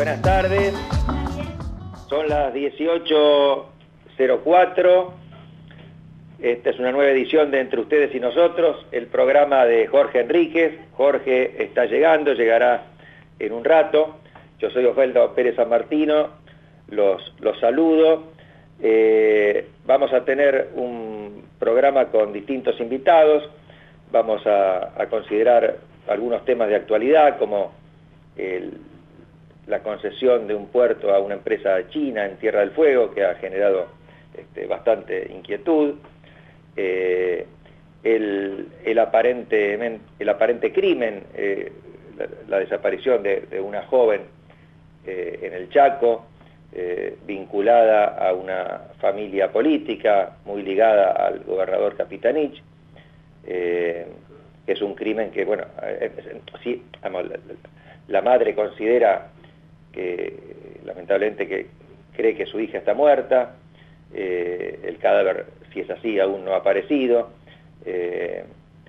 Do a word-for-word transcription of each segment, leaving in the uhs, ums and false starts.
Buenas tardes, son las dieciocho cero cuatro, esta es una nueva edición de Entre Ustedes y Nosotros, el programa de Jorge Enríquez. Jorge está llegando, llegará en un rato. Yo soy Osvaldo Pérez San Martino, los, los saludo. Eh, vamos a tener un programa con distintos invitados, vamos a, a considerar algunos temas de actualidad como el, la concesión de un puerto a una empresa china en Tierra del Fuego que ha generado este, bastante inquietud, eh, el, el, aparente, el aparente crimen, eh, la, la desaparición de, de una joven eh, en el Chaco, eh, vinculada a una familia política muy ligada al gobernador Capitanich, eh, que es un crimen que, bueno, eh, sí, vamos, la, la madre considera que, lamentablemente, que cree que su hija está muerta, eh, el cadáver, si es así, aún no ha aparecido, eh,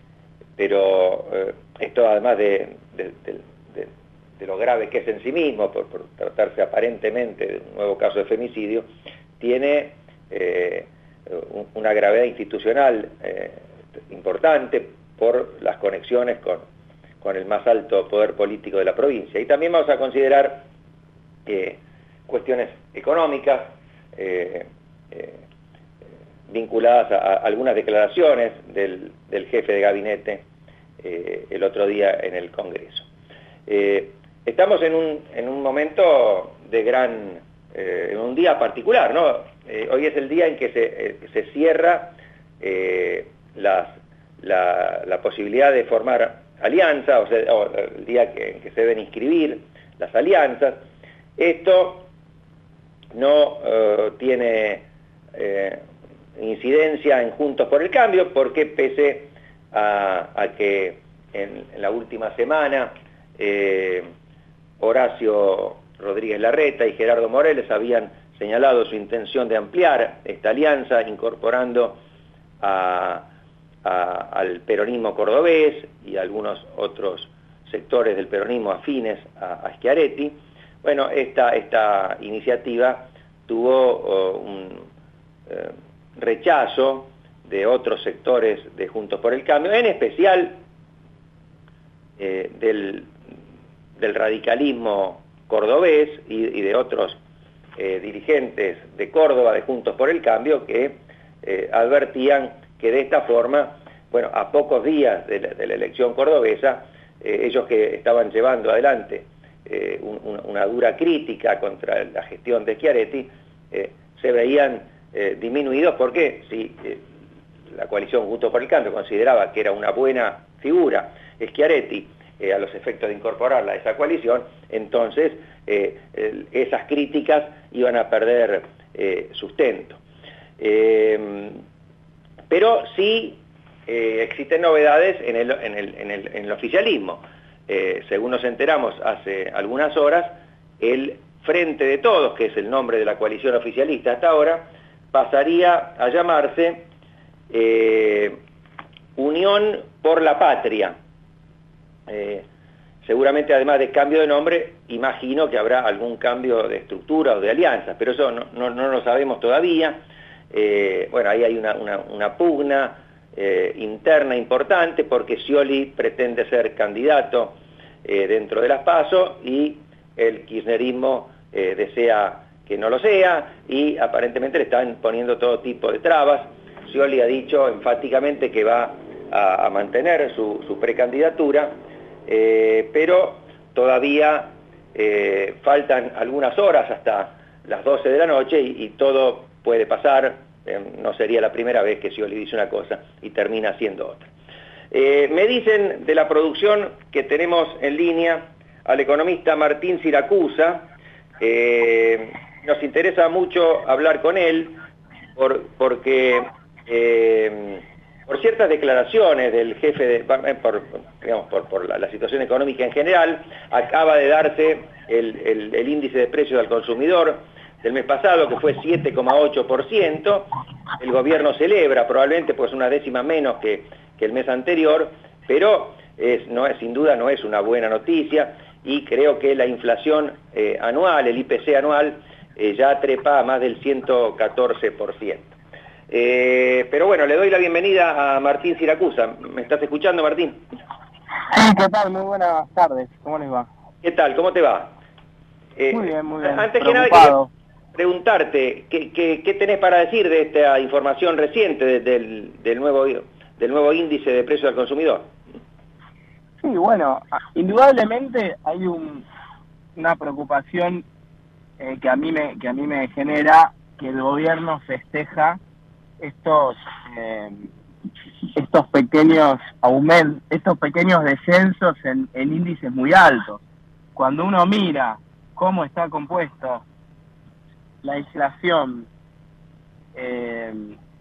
pero eh, esto además de, de, de, de, de lo grave que es en sí mismo, por, por tratarse aparentemente de un nuevo caso de femicidio, tiene eh, una gravedad institucional eh, importante por las conexiones con, con el más alto poder político de la provincia. Y también vamos a considerar eh, cuestiones económicas eh, eh, vinculadas a, a algunas declaraciones del, del jefe de gabinete eh, el otro día en el Congreso. Eh, estamos en un, en un momento de gran, eh, en un día particular, ¿no? Eh, hoy es el día en que se, eh, se cierra eh, las La, la posibilidad de formar alianzas, o sea, o el día que, en que se deben inscribir las alianzas. Esto no eh, tiene eh, incidencia en Juntos por el Cambio, porque pese a, a que en, en la última semana eh, Horacio Rodríguez Larreta y Gerardo Morales habían señalado su intención de ampliar esta alianza, incorporando a A, al peronismo cordobés y a algunos otros sectores del peronismo afines a, a Schiaretti. Bueno, esta, esta iniciativa tuvo uh, un uh, rechazo de otros sectores de Juntos por el Cambio, en especial eh, del, del radicalismo cordobés y, y de otros eh, dirigentes de Córdoba de Juntos por el Cambio que eh, advertían que de esta forma, bueno, a pocos días de la, de la elección cordobesa, eh, ellos que estaban llevando adelante eh, un, un, una dura crítica contra la gestión de Schiaretti, eh, se veían eh, disminuidos porque si eh, la coalición Juntos por el Cambio consideraba que era una buena figura Schiaretti eh, a los efectos de incorporarla a esa coalición, entonces eh, el, esas críticas iban a perder eh, sustento. Eh, Pero sí eh, existen novedades en el, en el, en el, en el oficialismo. Eh, según nos enteramos hace algunas horas, el Frente de Todos, que es el nombre de la coalición oficialista hasta ahora, pasaría a llamarse eh, Unión por la Patria. Eh, seguramente, además de cambio de nombre, imagino que habrá algún cambio de estructura o de alianzas, pero eso no, no, no lo sabemos todavía. Eh, bueno, ahí hay una, una, una pugna eh, interna importante porque Scioli pretende ser candidato eh, dentro de las PASO y el kirchnerismo eh, desea que no lo sea y aparentemente le están poniendo todo tipo de trabas. Scioli ha dicho enfáticamente que va a, a mantener su, su precandidatura, eh, pero todavía eh, faltan algunas horas hasta las doce de la noche y, y todo puede pasar, eh, no sería la primera vez que Scioli dice una cosa y termina haciendo otra. Eh, me dicen de la producción que tenemos en línea al economista Martín Siracusa. Eh, nos interesa mucho hablar con él por, porque eh, por ciertas declaraciones del jefe, de, por, digamos, por, por la, la situación económica en general, acaba de darse el, el, el índice de precios al consumidor del mes pasado, que fue siete coma ocho por ciento. El gobierno celebra, probablemente pues una décima menos que, que el mes anterior, pero es, no es, sin duda no es una buena noticia, y creo que la inflación eh, anual, el I P C anual, eh, ya trepa a más del ciento catorce por ciento. Eh, pero bueno, le doy la bienvenida a Martín Siracusa. ¿Me estás escuchando, Martín? Sí, ¿qué tal? Muy buenas tardes. ¿Cómo les va? ¿Qué tal? ¿Cómo te va? Eh, muy bien, muy bien. Antes que nada, quería preguntarte, ¿qué, qué, qué tenés para decir de esta información reciente de, del, del, nuevo, del nuevo índice de precios al consumidor? Sí, bueno, indudablemente hay un, una preocupación eh, que a mí me que a mí me genera que el gobierno festeja estos eh, estos pequeños aumentos, estos pequeños descensos en, en índices muy altos. Cuando uno mira cómo está compuesto la inflación, eh,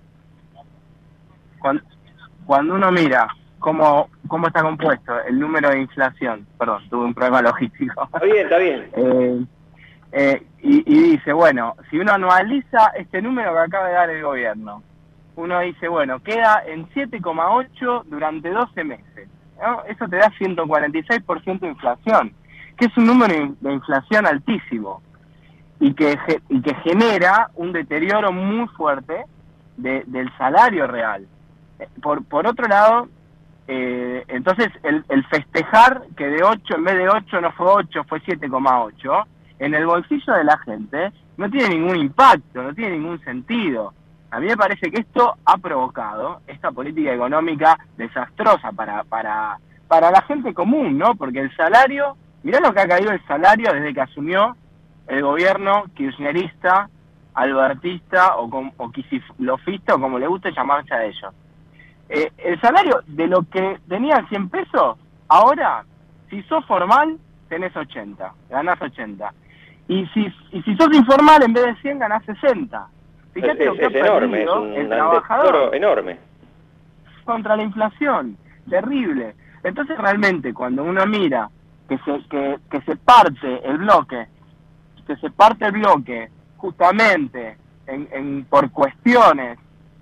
cuando, cuando uno mira cómo, cómo está compuesto el número de inflación, perdón, tuve un problema logístico. Está bien, está bien. eh, eh, y, y dice, bueno, si uno anualiza este número que acaba de dar el gobierno, uno dice, bueno, queda en siete coma ocho durante doce meses, ¿no? Eso te da ciento cuarenta y seis por ciento de inflación, que es un número de inflación altísimo y que, y que genera un deterioro muy fuerte de, del salario real. Por, por otro lado, eh, entonces el, el festejar que de ocho, en vez de ocho no fue ocho, fue siete coma ocho, en el bolsillo de la gente no tiene ningún impacto, no tiene ningún sentido. A mí me parece que esto ha provocado esta política económica desastrosa para, para, para la gente común, ¿no? Porque el salario, mirá lo que ha caído el salario desde que asumió el gobierno kirchnerista, albertista o, com, o quisilofista, o como le guste llamarse a ellos. Eh, el salario de lo que tenían cien pesos, ahora, si sos formal, tenés ochenta, ganás ochenta. Y si, y si sos informal, en vez de cien, ganás sesenta. Fíjate es, lo que es ha enorme, es un el trabajador enorme. Contra la inflación, terrible. Entonces realmente cuando uno mira que se, que, que se parte el bloque, que se parte el bloque justamente en, en, por cuestiones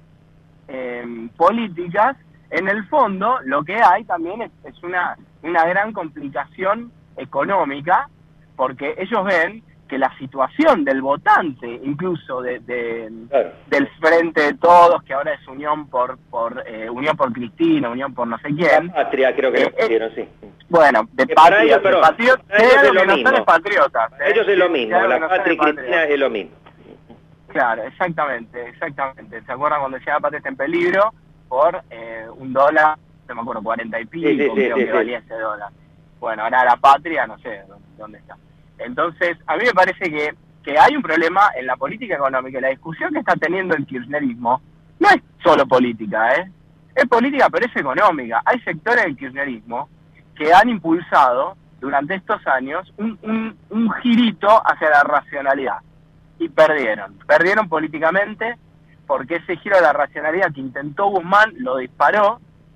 eh, políticas, en el fondo lo que hay también es, es una, una gran complicación económica, porque ellos ven que la situación del votante, incluso de, de claro. del Frente de Todos, que ahora es Unión por por eh, Unión por Cristina, Unión por no sé quién. La Patria creo que eh, lo pusieron, sí. Bueno, de que patria, ellos, pero, de patriota, para ellos es lo no mismo. Son patriotas, para ellos es lo mismo, la no Patria y Cristina es lo mismo. Claro, exactamente, exactamente. ¿Se acuerdan cuando decía la patria está en peligro? Por eh, un dólar, no me acuerdo, cuarenta y pico, sí, sí, creo sí, que sí, valía sí. ese dólar. Bueno, ahora la patria, no sé dónde está. Entonces, a mí me parece que, que hay un problema en la política económica. La discusión que está teniendo el kirchnerismo no es solo política, ¿eh? Es política, pero es económica. Hay sectores del kirchnerismo que han impulsado durante estos años un, un, un girito hacia la racionalidad. Y perdieron. Perdieron políticamente porque ese giro de la racionalidad que intentó Guzmán lo disparó.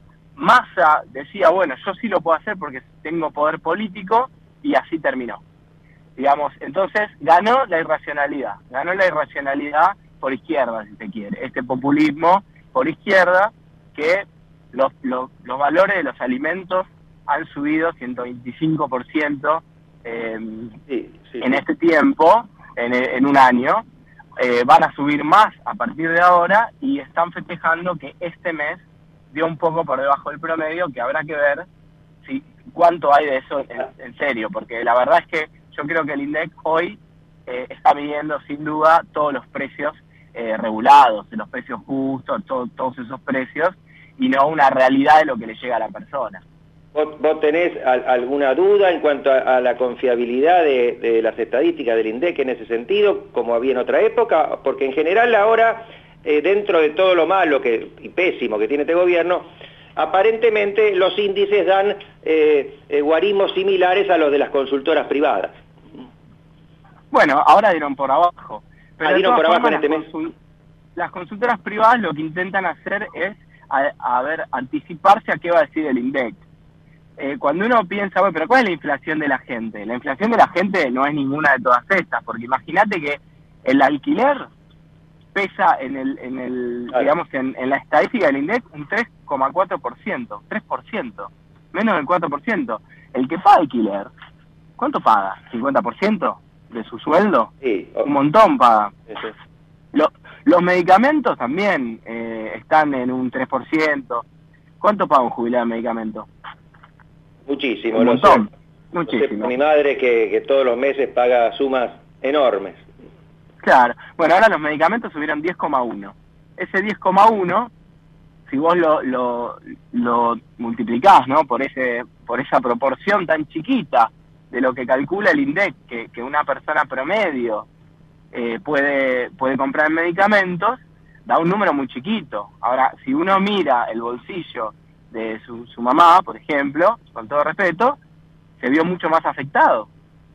Massa decía, bueno, yo sí lo puedo hacer porque tengo poder político, y así terminó. Digamos, entonces ganó la irracionalidad, ganó la irracionalidad por izquierda, si se quiere, este populismo por izquierda, que los, los, los valores de los alimentos han subido ciento veinticinco por ciento eh, sí, sí, en sí. este tiempo, en, en un año, eh, van a subir más a partir de ahora, y están festejando que este mes dio un poco por debajo del promedio, que habrá que ver si cuánto hay de eso en, en serio, porque la verdad es que yo creo que el INDEC hoy eh, está midiendo sin duda todos los precios eh, regulados, los precios justos, todo, todos esos precios, y no una realidad de lo que le llega a la persona. ¿Vos, vos tenés a, alguna duda en cuanto a, a la confiabilidad de, de las estadísticas del INDEC en ese sentido, como había en otra época? Porque en general ahora, eh, dentro de todo lo malo que, y pésimo que tiene este gobierno, aparentemente los índices dan eh, eh, guarismos similares a los de las consultoras privadas. Bueno, ahora dieron por abajo. Pero ah, dieron por abajo en este mes. Consul las consultoras privadas lo que intentan hacer es a, a ver, anticiparse a qué va a decir el INDEC. Eh, cuando uno piensa, bueno, pero ¿cuál es la inflación de la gente? La inflación de la gente no es ninguna de todas estas, porque imagínate que el alquiler pesa en el, en el claro. digamos, en, en la estadística del INDEC un tres coma cuatro por ciento, tres por ciento, menos del cuatro por ciento. El que paga alquiler, ¿cuánto paga? ¿cincuenta por ciento? de su sueldo. Sí. Un montón paga. Sí, sí. Lo, los medicamentos también eh, están en un tres por ciento. ¿Cuánto paga un jubilado de medicamentos? Muchísimo. Un lo montón. sé. Muchísimo. Lo sé, mi madre que, que todos los meses paga sumas enormes. Claro. Bueno, ahora los medicamentos subieron diez coma uno. Ese diez coma uno, si vos lo, lo, lo multiplicás, ¿no? Por ese por esa proporción tan chiquita de lo que calcula el INDEC, que, que una persona promedio eh, puede, puede comprar medicamentos, da un número muy chiquito. Ahora, si uno mira el bolsillo de su, su mamá, por ejemplo, con todo respeto, se vio mucho más afectado,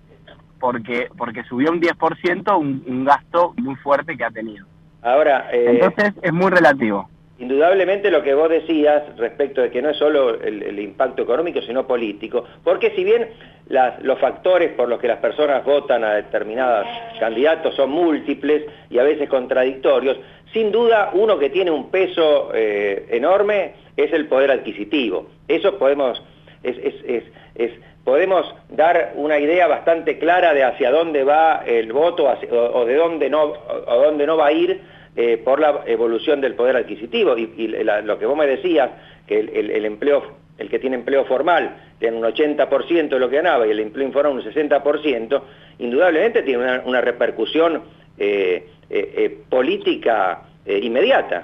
porque porque subió un diez por ciento un, un gasto muy fuerte que ha tenido. Ahora, eh, entonces es muy relativo. Indudablemente lo que vos decías respecto de que no es solo el, el impacto económico, sino político, porque si bien las, los factores por los que las personas votan a determinados candidatos son múltiples y a veces contradictorios, sin duda uno que tiene un peso eh, enorme es el poder adquisitivo. Eso podemos, es, es, es, es, podemos dar una idea bastante clara de hacia dónde va el voto hacia, o, o de dónde no, o, o dónde no va a ir Eh, por la evolución del poder adquisitivo. Y, y la, lo que vos me decías, que el, el, el empleo, el que tiene empleo formal tiene un ochenta por ciento de lo que ganaba y el empleo informal un sesenta por ciento, indudablemente tiene una, una repercusión eh, eh, eh, política eh, inmediata.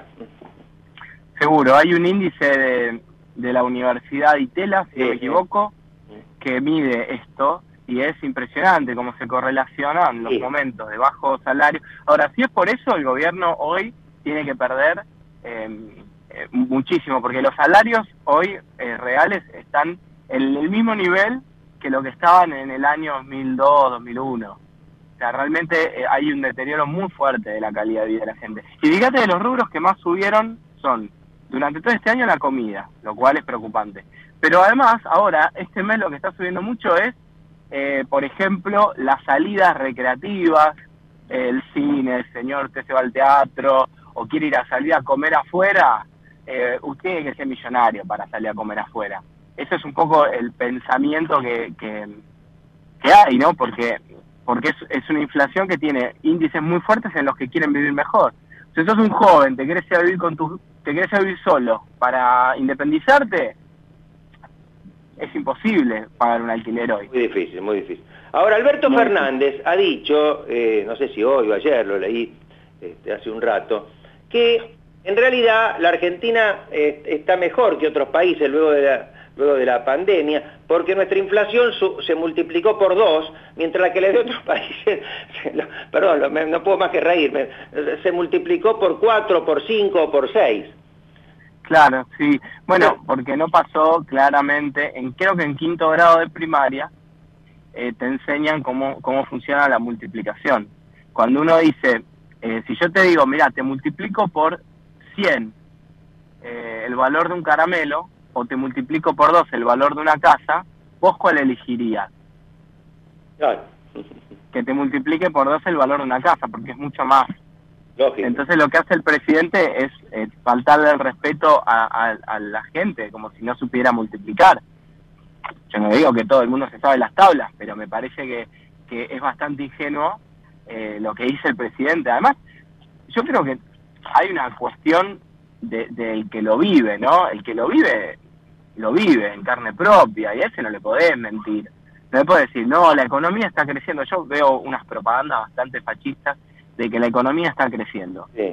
Seguro, hay un índice de, de la Universidad Itela, si sí, no me equivoco, sí. que mide esto, y es impresionante cómo se correlacionan los sí. momentos de bajo salario. Ahora, si es por eso, el gobierno hoy tiene que perder eh, eh, muchísimo, porque los salarios hoy eh, reales están en el mismo nivel que lo que estaban en el año dos mil dos, dos mil uno. O sea, realmente eh, hay un deterioro muy fuerte de la calidad de vida de la gente. Y fíjate, de los rubros que más subieron son, durante todo este año, la comida, lo cual es preocupante. Pero además, ahora, este mes lo que está subiendo mucho es Eh, por ejemplo, las salidas recreativas, eh, el cine, el señor usted se va al teatro o quiere ir a salir a comer afuera, eh, usted tiene que ser millonario para salir a comer afuera. Eso es un poco el pensamiento que, que, que hay, ¿no? Porque, porque es, es una inflación que tiene índices muy fuertes en los que quieren vivir mejor. Si sos un joven, te querés ir a vivir con tu, te querés ir a vivir solo para independizarte, es imposible pagar un alquiler hoy. Muy difícil, muy difícil. Ahora, Alberto muy Fernández difícil. ha dicho, eh, no sé si hoy o ayer, lo leí este, hace un rato, que en realidad la Argentina eh, está mejor que otros países luego de la, luego de la pandemia, porque nuestra inflación su, se multiplicó por dos, mientras la que la de otros países, lo, perdón, lo, me, no puedo más que reírme, se multiplicó por cuatro, por cinco o por seis. Claro, sí. Bueno, porque no pasó claramente, en creo que en quinto grado de primaria, eh, te enseñan cómo, cómo funciona la multiplicación. Cuando uno dice, eh, si yo te digo, mira, te multiplico por cien eh, el valor de un caramelo, o te multiplico por dos el valor de una casa, ¿vos cuál elegirías? Claro. Que te multiplique por dos el valor de una casa, porque es mucho más. Lógico. Entonces lo que hace el presidente es eh, faltarle el respeto a, a, a la gente, como si no supiera multiplicar. Yo no digo que todo el mundo se sabe las tablas, pero me parece que, que es bastante ingenuo eh, lo que dice el presidente. Además, yo creo que hay una cuestión de, del que lo vive, ¿no? El que lo vive, lo vive en carne propia, y a ese no le podés mentir. No le podés decir, no, la economía está creciendo. Yo veo unas propagandas bastante fascistas de que la economía está creciendo. Sí.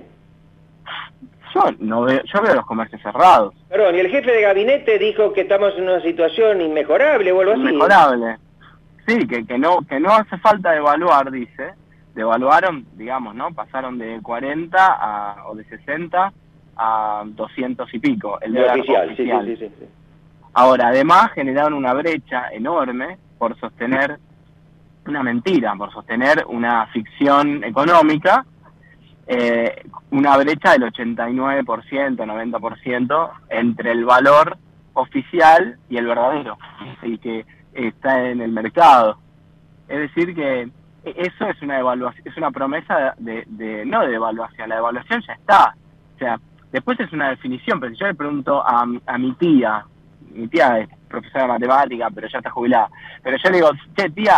Yo no veo, yo veo los comercios cerrados. Perdón, y el jefe de gabinete dijo que estamos en una situación inmejorable o algo así. Inmejorable. Sí, que, que no que no hace falta devaluar, dice. Devaluaron, digamos, ¿no? Pasaron de cuarenta a, o de sesenta a doscientos y pico. El dólar oficial, oficial. Sí, sí, sí, sí. Ahora, además, generaron una brecha enorme por sostener una mentira, por sostener una ficción económica, eh, una brecha del ochenta y nueve por ciento, noventa por ciento entre el valor oficial y el verdadero, el que está en el mercado. Es decir que eso es una evaluación, es una promesa de, de no de devaluación, la devaluación ya está. O sea, después es una definición, pero si yo le pregunto a, a mi tía, mi tía es profesora de matemática, pero ya está jubilada, pero yo le digo, che, tía,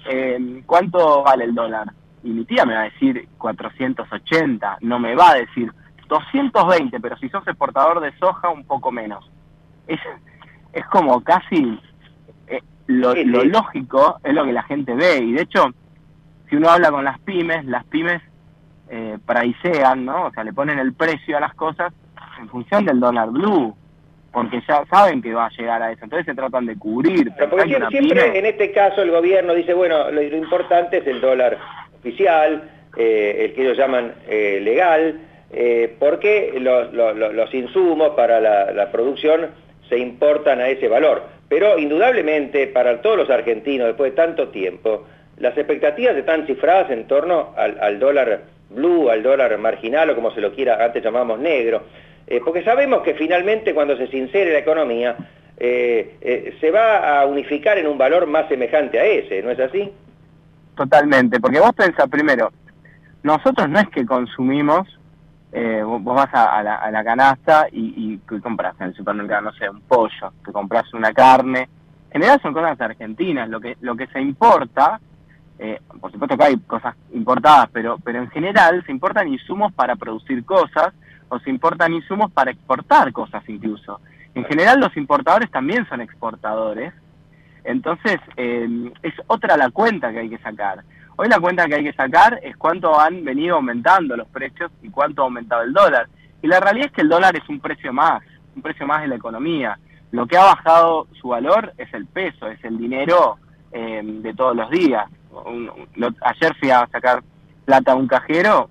eh, ¿cuánto vale el dólar? Y mi tía me va a decir cuatrocientos ochenta, no me va a decir doscientos veinte, pero si sos exportador de soja, un poco menos. Es, es como casi eh, lo, sí, sí. lo lógico es lo que la gente ve, y de hecho, si uno habla con las pymes, las pymes eh, pricean, ¿no? O sea, le ponen el precio a las cosas en función del dólar blue, porque ya saben que va a llegar a eso, entonces se tratan de cubrir. Pero porque siempre, siempre en este caso el gobierno dice, bueno, lo, lo importante es el dólar oficial, eh, el que ellos llaman eh, legal, eh, porque los, los, los insumos para la, la producción se importan a ese valor. Pero indudablemente para todos los argentinos, después de tanto tiempo, las expectativas están cifradas en torno al, al dólar blue, al dólar marginal, o como se lo quiera, antes llamábamos negro, eh, porque sabemos que finalmente cuando se sincere la economía, eh, eh, se va a unificar en un valor más semejante a ese, ¿no es así? Totalmente, porque vos pensás primero, nosotros no es que consumimos, eh, vos vas a, a, la, a la canasta y, y compras en el supermercado, no sé, un pollo, que compras una carne, en general son cosas argentinas, lo que, lo que se importa, eh, por supuesto que hay cosas importadas, pero, pero en general se importan insumos para producir cosas, o se importan insumos para exportar cosas incluso. En general los importadores también son exportadores, entonces eh, es otra la cuenta que hay que sacar. Hoy la cuenta que hay que sacar es cuánto han venido aumentando los precios y cuánto ha aumentado el dólar. Y la realidad es que el dólar es un precio más, un precio más de la economía. Lo que ha bajado su valor es el peso, es el dinero eh, de todos los días. Un, lo, ayer fui a sacar plata a un cajero,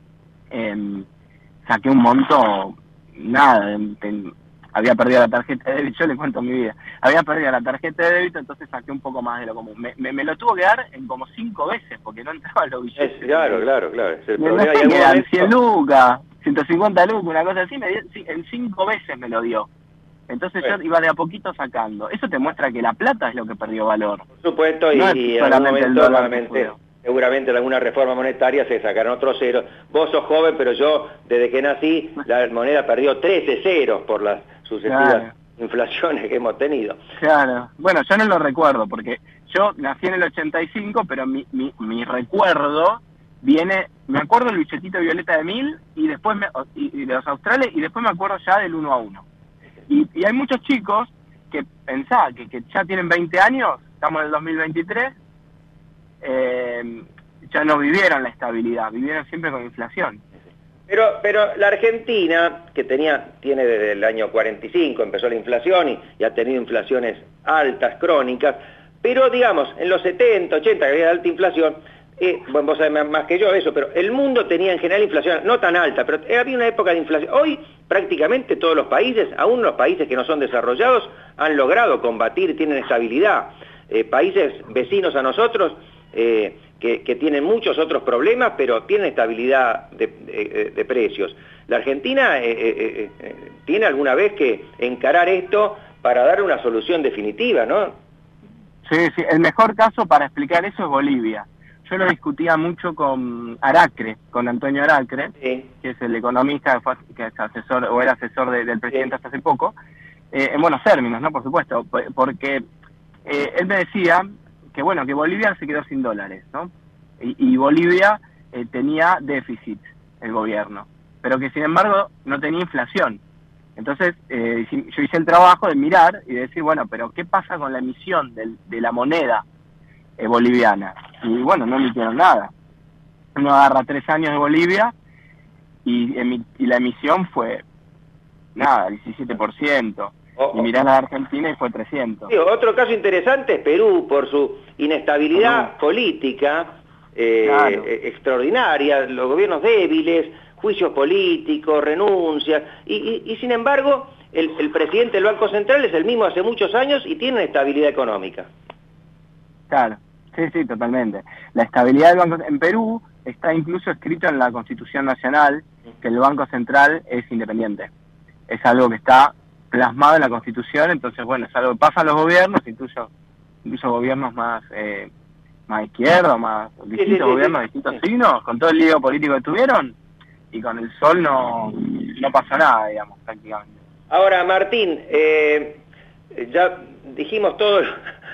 eh, saqué un monto, nada, de, de, había perdido la tarjeta de débito, yo le cuento mi vida, había perdido la tarjeta de débito, entonces saqué un poco más de lo común. Me, me, me lo tuvo que dar en como cinco veces, porque no entraban los billetes. Es, claro, claro, claro. Es el me problema. No sé, quedan momento... cien lucas, ciento cincuenta lucas, una cosa así, me dio, en cinco veces me lo dio. Entonces bueno, yo iba de a poquito sacando. Eso te muestra que la plata es lo que perdió valor. Por supuesto, y, no y en algún momento nuevamente, seguramente en alguna reforma monetaria se sacarán otros ceros. Vos sos joven, pero yo, desde que nací, la moneda perdió trece ceros por las sucesivas claro. inflaciones que hemos tenido. Claro. Bueno, yo no lo recuerdo, porque yo nací en el ochenta y cinco, pero mi, mi, mi recuerdo viene... Me acuerdo el billetito violeta de mil, y después me, y, y de los australes, y después me acuerdo ya del uno a uno. Y, y hay muchos chicos que pensaban que, que ya tienen veinte años, estamos en el dos mil veintitrés, eh, ya no vivieron la estabilidad, vivieron siempre con inflación. Pero, pero la Argentina, que tenía, tiene desde el año cuarenta y cinco, empezó la inflación y, y ha tenido inflaciones altas, crónicas, pero digamos, en los setenta, ochenta, que había alta inflación, eh, bueno, vos sabés más que yo eso, pero el mundo tenía en general inflación, no tan alta, pero había una época de inflación. Hoy prácticamente todos los países, aún los países que no son desarrollados, han logrado combatir, tienen estabilidad. Eh, países vecinos a nosotros, eh, que, que tienen muchos otros problemas, pero tienen estabilidad de, de, de precios. La Argentina eh, eh, eh, tiene alguna vez que encarar esto para dar una solución definitiva, ¿no? Sí, sí, el mejor caso para explicar eso es Bolivia. Yo lo discutía mucho con Aracre, con Antonio Aracre, sí. que es el economista que, fue, que es asesor, o era asesor de, del presidente sí. hasta hace poco, eh, en buenos términos, ¿no? Por supuesto, porque eh, él me decía que, bueno, que Bolivia se quedó sin dólares, ¿no? Y, y Bolivia eh, tenía déficit, el gobierno, pero que sin embargo no tenía inflación. Entonces eh, yo hice el trabajo de mirar y de decir, bueno, pero ¿qué pasa con la emisión del, de la moneda eh, boliviana? Y bueno, no emitieron nada. Uno agarra tres años de Bolivia y, y la emisión fue, nada, diecisiete por ciento. Oh, oh. Y mirá la de Argentina y fue trescientos. Sí, otro caso interesante es Perú, por su inestabilidad Perú. política eh, claro. eh, extraordinaria, los gobiernos débiles, juicios políticos, renuncias, y, y, y sin embargo el, el presidente del Banco Central es el mismo hace muchos años y tiene una estabilidad económica. Claro. Sí, sí, totalmente. La estabilidad del Banco en Perú está incluso escrito en la Constitución Nacional que el Banco Central es independiente. Es algo que está plasmado en la Constitución, entonces, bueno, es algo que pasa a los gobiernos, incluso, incluso gobiernos más eh, más izquierdos, más distintos sí, sí, sí, gobiernos, sí, distintos sí. signos, con todo el lío político que tuvieron, y con el sol no, no pasó nada, digamos, prácticamente. Ahora, Martín, eh, ya dijimos todo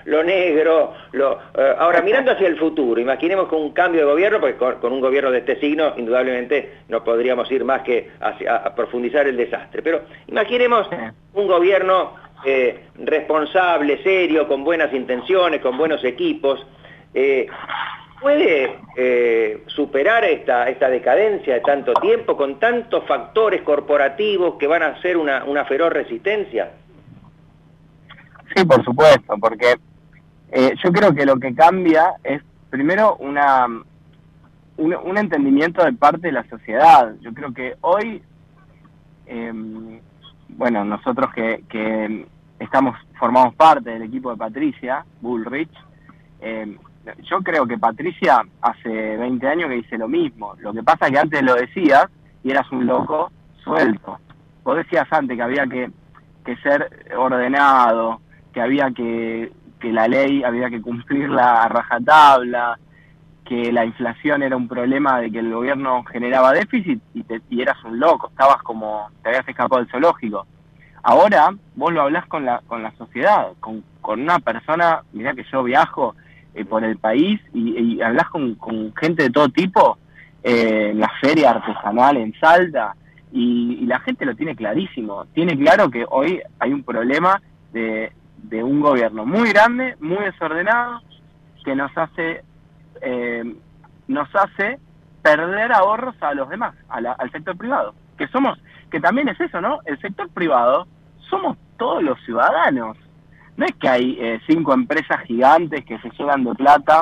lo negro. Lo, eh, ahora, mirando hacia el futuro, imaginemos con un cambio de gobierno, porque con, con un gobierno de este signo, indudablemente no podríamos ir más que hacia, a, a profundizar el desastre. Pero imaginemos un gobierno eh, responsable, serio, con buenas intenciones, con buenos equipos. Eh, ¿Puede eh, superar esta, esta decadencia de tanto tiempo con tantos factores corporativos que van a hacer una, una feroz resistencia? Sí, por supuesto, porque eh, yo creo que lo que cambia es primero una, un, un entendimiento de parte de la sociedad. Yo creo que hoy, eh, bueno, nosotros que, que estamos formamos parte del equipo de Patricia Bullrich, eh, yo creo que Patricia hace veinte años que dice lo mismo. Lo que pasa es que antes lo decías y eras un loco suelto. Vos decías antes que había que, que ser ordenado, que había que, que la ley había que cumplirla a rajatabla, que la inflación era un problema de que el gobierno generaba déficit y, te, y eras un loco, estabas como, te habías escapado del zoológico. Ahora vos lo hablás con la, con la sociedad, con, con una persona, mirá que yo viajo eh, por el país y, y hablás con, con gente de todo tipo, eh, en la feria artesanal en Salta, y, y la gente lo tiene clarísimo, tiene claro que hoy hay un problema de, de un gobierno muy grande, muy desordenado, que nos hace eh, nos hace perder ahorros a los demás, a la, al sector privado, que somos, que también es eso, ¿no? El sector privado somos todos los ciudadanos. No es que hay eh, cinco empresas gigantes que se llenan de plata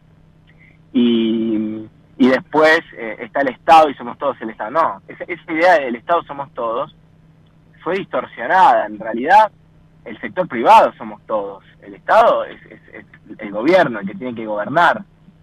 y, y después eh, está el Estado y somos todos el Estado. No, esa, esa idea del Estado somos todos fue distorsionada. En realidad, el sector privado somos todos. El Estado es, es, es el gobierno, el que tiene que gobernar.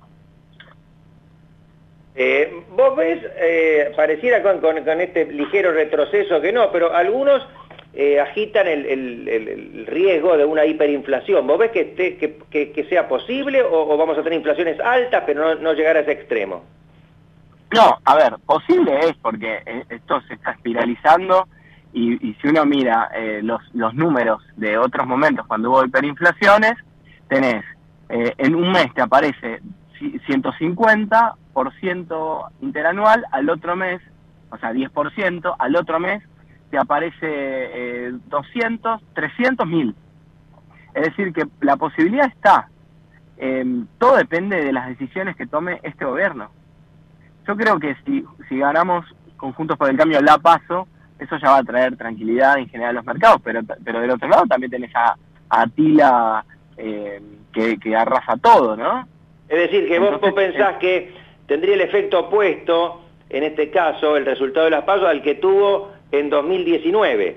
Eh, vos ves, eh, pareciera con, con, con este ligero retroceso que no, pero algunos eh, agitan el, el, el, el riesgo de una hiperinflación. ¿Vos ves que, esté, que, que, que sea posible o, o vamos a tener inflaciones altas pero no, no llegar a ese extremo? No, a ver, posible es porque esto se está espiralizando y, y si uno mira eh, los, los números de otros momentos cuando hubo hiperinflaciones, tenés, eh, en un mes te aparece ciento cincuenta por ciento interanual, al otro mes, o sea, diez por ciento, al otro mes te aparece eh, doscientos, trescientos, mil. Es decir, que la posibilidad está. Eh, todo depende de las decisiones que tome este gobierno. Yo creo que si, si ganamos Conjuntos por el Cambio la PASO, eso ya va a traer tranquilidad en general a los mercados, pero, pero del otro lado también tenés a, a Atila eh, que, que arrasa todo, ¿no? Es decir, que Entonces, vos, vos pensás eh, que tendría el efecto opuesto, en este caso, el resultado de las PASO, al que tuvo en dos mil diecinueve.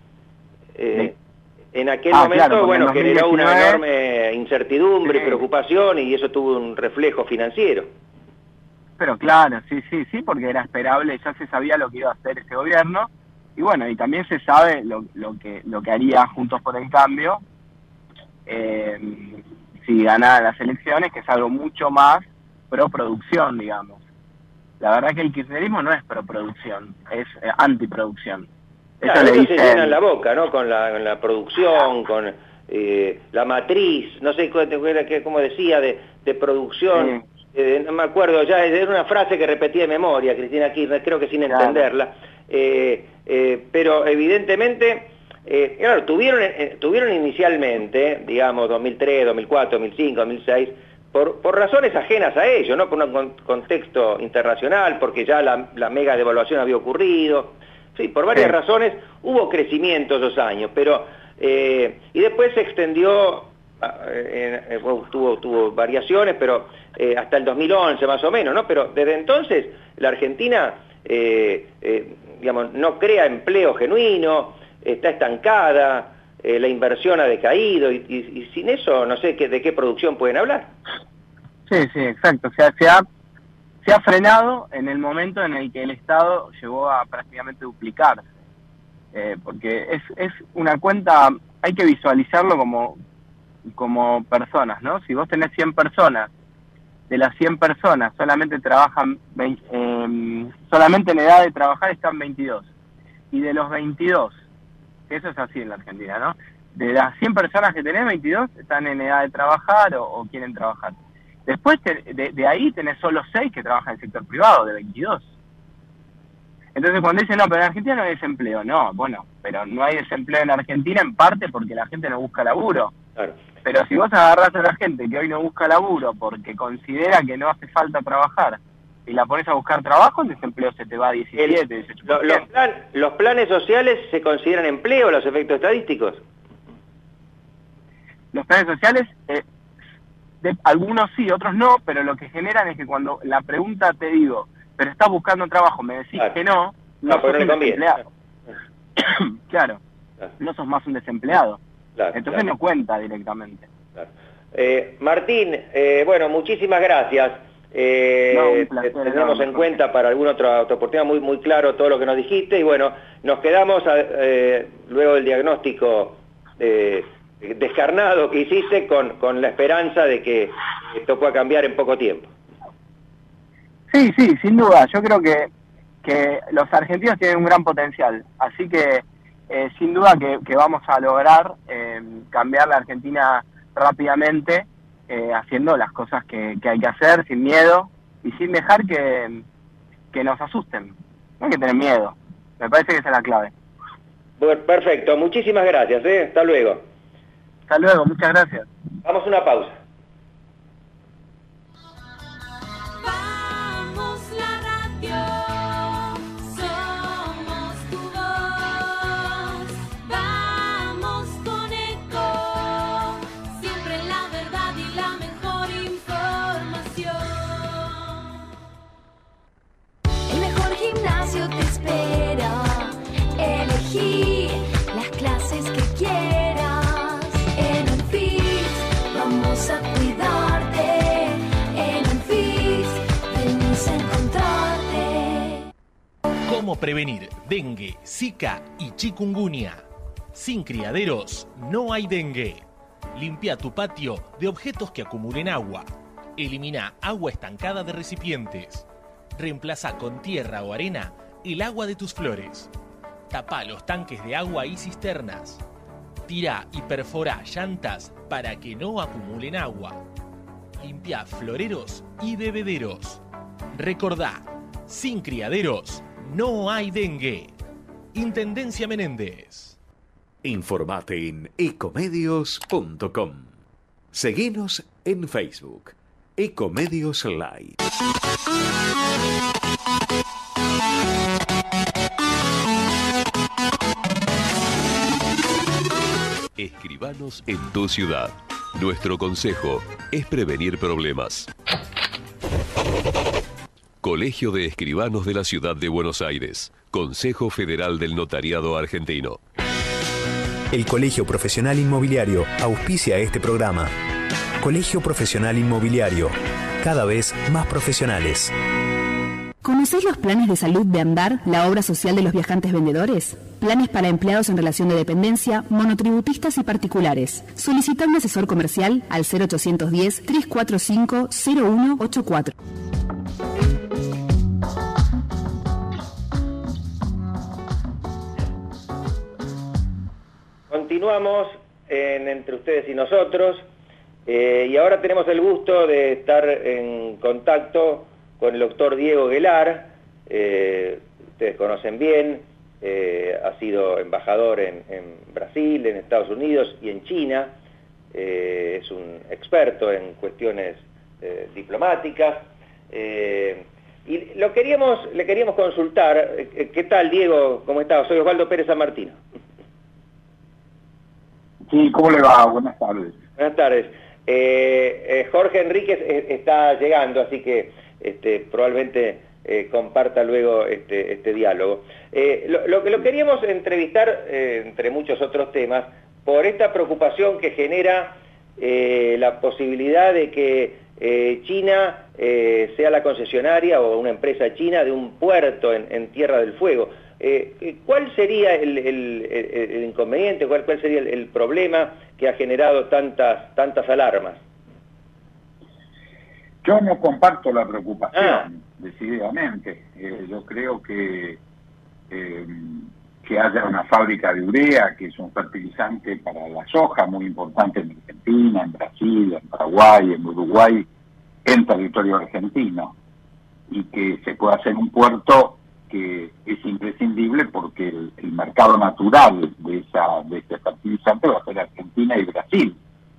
Eh, sí. En aquel ah, momento, claro, bueno, generó una enorme incertidumbre, sí. preocupación, y eso tuvo un reflejo financiero. Pero claro, sí, sí, sí, porque era esperable, ya se sabía lo que iba a hacer ese gobierno, y bueno, y también se sabe lo, lo, que, lo que haría Juntos por el Cambio, eh, si ganara las elecciones, que es algo mucho más pro producción, digamos. La verdad que el kirchnerismo no es pro producción, es eh, antiproducción. Eso claro, le dicen... se llenan la boca, ¿no? Con la, con la producción, con eh, la matriz, no sé cómo decía, de, de producción, sí. eh, no me acuerdo ya, era una frase que repetía de memoria Cristina Kirchner, creo que sin claro. entenderla, eh, eh, pero evidentemente... Eh, claro, tuvieron, eh, tuvieron inicialmente, digamos, dos mil tres, dos mil cuatro, dos mil cinco, dos mil seis, por, por razones ajenas a ellos, ¿no? Por un con, contexto internacional, porque ya la, la mega devaluación había ocurrido, sí, por varias sí. razones hubo crecimiento esos años, pero, eh, y después se extendió, eh, eh, bueno, tuvo, tuvo variaciones, pero eh, hasta el dos mil once más o menos, ¿no? Pero desde entonces la Argentina, eh, eh, digamos, no crea empleo genuino, está estancada, eh, la inversión ha decaído, y, y, y sin eso no sé qué, de qué producción pueden hablar. Sí, sí, exacto. O sea, se ha, se ha frenado en el momento en el que el Estado llegó a prácticamente duplicarse. Eh, porque es, es una cuenta, hay que visualizarlo como, como personas, ¿no? Si vos tenés cien personas, de las cien personas solamente trabajan, veinte, eh, solamente en edad de trabajar están veintidós. Y de los veintidós, eso es así en la Argentina, ¿no? de las cien personas que tenés, veintidós están en edad de trabajar o, o quieren trabajar. Después te, de, de ahí tenés solo seis que trabajan en el sector privado, de veintidós. Entonces cuando dicen, no, pero en Argentina no hay desempleo, no, bueno, pero no hay desempleo en Argentina en parte porque la gente no busca laburo. Claro. Pero si vos agarrás a la gente que hoy no busca laburo porque considera que no hace falta trabajar y la pones a buscar trabajo, el desempleo se te va a diecisiete, dieciocho por ciento. Los, plan, ¿Los planes sociales se consideran empleo, los efectos estadísticos? Los planes sociales, eh, de, algunos sí, otros no, pero lo que generan es que cuando la pregunta te digo, pero estás buscando trabajo, me decís claro. que no, no, no sos un desempleado. Claro, claro, no sos más un desempleado. Claro, Entonces claro. no cuenta directamente. Claro. Eh, Martín, eh, bueno, muchísimas gracias. Eh, no, un placer, tenemos no, en cuenta para alguna otra, otra oportunidad muy muy claro todo lo que nos dijiste y bueno, nos quedamos a, eh, luego del diagnóstico eh, descarnado que hiciste con, con la esperanza de que esto pueda cambiar en poco tiempo. Sí, sí, sin duda. Yo creo que, que los argentinos tienen un gran potencial, así que eh, sin duda que, que vamos a lograr eh, cambiar la Argentina rápidamente, eh, haciendo las cosas que, que hay que hacer, sin miedo y sin dejar que, que nos asusten. No hay que tener miedo, me parece que esa es la clave. Bueno, perfecto, muchísimas gracias, ¿eh? Hasta luego. Hasta luego, muchas gracias. Vamos a una pausa. ¿Cómo prevenir dengue, zika y chikungunya? Sin criaderos no hay dengue. Limpia tu patio de objetos que acumulen agua. Elimina agua estancada de recipientes. Reemplaza con tierra o arena el agua de tus flores. Tapa los tanques de agua y cisternas. Tira y perfora llantas para que no acumulen agua. Limpia floreros y bebederos. Recordá, sin criaderos no hay dengue. Intendencia Menéndez. Informate en ecomedios punto com. Seguinos en Facebook. Ecomedios Live. Escribanos en tu ciudad. Nuestro consejo es prevenir problemas. Colegio de Escribanos de la Ciudad de Buenos Aires. Consejo Federal del Notariado Argentino. El Colegio Profesional Inmobiliario auspicia este programa. Colegio Profesional Inmobiliario, cada vez más profesionales. ¿Conocés los planes de salud de Andar, la obra social de los viajantes vendedores? Planes para empleados en relación de dependencia, monotributistas y particulares. Solicita un asesor comercial al cero ochocientos diez, trescientos cuarenta y cinco, cero uno ochenta y cuatro. Continuamos en Entre Ustedes y Nosotros eh, y ahora tenemos el gusto de estar en contacto con el doctor Diego Guelar. Eh, ustedes conocen bien, eh, ha sido embajador en, en Brasil, en Estados Unidos y en China. Eh, es un experto en cuestiones eh, diplomáticas. Eh, y lo queríamos, le queríamos consultar. ¿Qué tal, Diego? ¿Cómo estás? Soy Osvaldo Pérez San Martino. Sí, ¿cómo le va? Buenas tardes. Buenas tardes. Eh, eh, Jorge Enríquez eh, está llegando, así que este, probablemente eh, comparta luego este, este diálogo. Eh, lo, lo que lo queríamos entrevistar, eh, entre muchos otros temas, por esta preocupación que genera eh, la posibilidad de que eh, China eh, sea la concesionaria o una empresa china de un puerto en, en Tierra del Fuego. Eh, ¿Cuál sería el, el, el, el inconveniente, cuál, cuál sería el, el problema que ha generado tantas, tantas alarmas? Yo no comparto la preocupación, ah. decididamente. Eh, yo creo que, eh, que haya una fábrica de urea, que es un fertilizante para la soja muy importante en Argentina, en Brasil, en Paraguay, en Uruguay, en territorio argentino, y que se pueda hacer un puerto que es imprescindible porque el, el mercado natural de esa de este fertilizante va a ser Argentina y Brasil.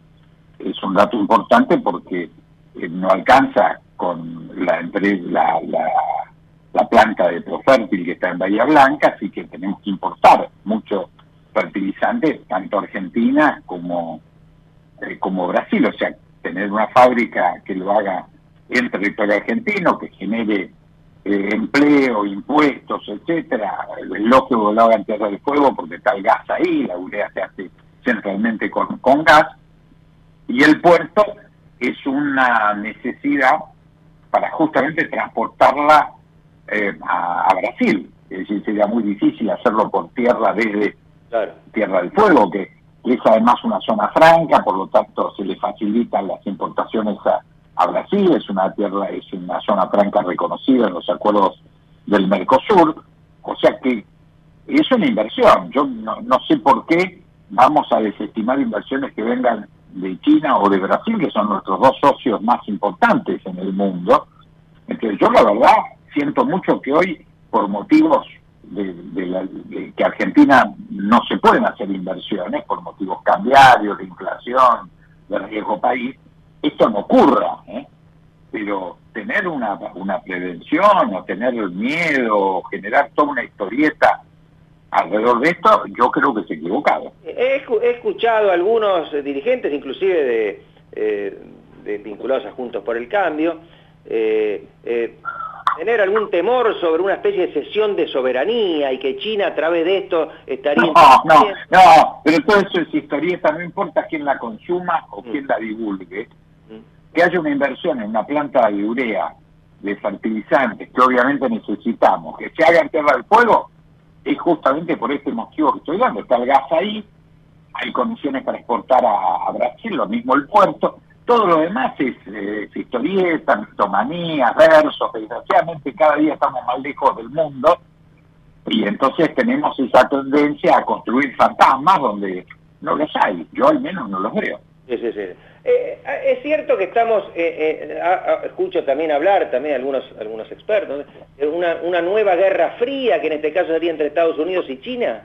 Es un dato importante porque eh, no alcanza con la empresa la, la, la planta de Profértil que está en Bahía Blanca, así que tenemos que importar mucho fertilizante, tanto Argentina como, eh, como Brasil, o sea, tener una fábrica que lo haga en territorio argentino, que genere eh, empleo, impuestos, etcétera. Es lógico que lo haga en Tierra del Fuego porque está el gas ahí, la urea se hace centralmente con, con gas, y el puerto es una necesidad para justamente transportarla eh, a, a Brasil. Es decir, sería muy difícil hacerlo por tierra desde claro. Tierra del Fuego, que, que es además una zona franca, por lo tanto se le facilitan las importaciones a, a Brasil, es una tierra, es una zona franca reconocida en los acuerdos del Mercosur, o sea que es una inversión. Yo no, no sé por qué vamos a desestimar inversiones que vengan de China o de Brasil, que son nuestros dos socios más importantes en el mundo. Entonces yo la verdad siento mucho que hoy, por motivos de, de, la, de que Argentina no se pueden hacer inversiones, por motivos cambiarios, de inflación, de riesgo país, esto no ocurra, ¿eh? Pero tener una, una prevención o tener el miedo o generar toda una historieta alrededor de esto, yo creo que es equivocado. He, he escuchado a algunos dirigentes, inclusive de, eh, de vinculados a Juntos por el Cambio, eh, eh, tener algún temor sobre una especie de cesión de soberanía y que China a través de esto estaría... No, no, no, pero todo eso es historieta, no importa quién la consuma o quién mm. la divulgue, mm. que haya una inversión en una planta de urea, de fertilizantes, que obviamente necesitamos, que se haga en Tierra del Fuego, es justamente por este motivo que estoy dando. Está el gas ahí, hay condiciones para exportar a, a Brasil, lo mismo el puerto, todo lo demás es, eh, es historieta, mitomanía, versos, desgraciadamente cada día estamos más lejos del mundo y entonces tenemos esa tendencia a construir fantasmas donde no los hay, yo al menos no los veo. Sí, sí, sí. Eh, es cierto que estamos, eh, eh, a, a, escucho también hablar, también algunos algunos expertos, de una, una nueva guerra fría que en este caso sería entre Estados Unidos y China.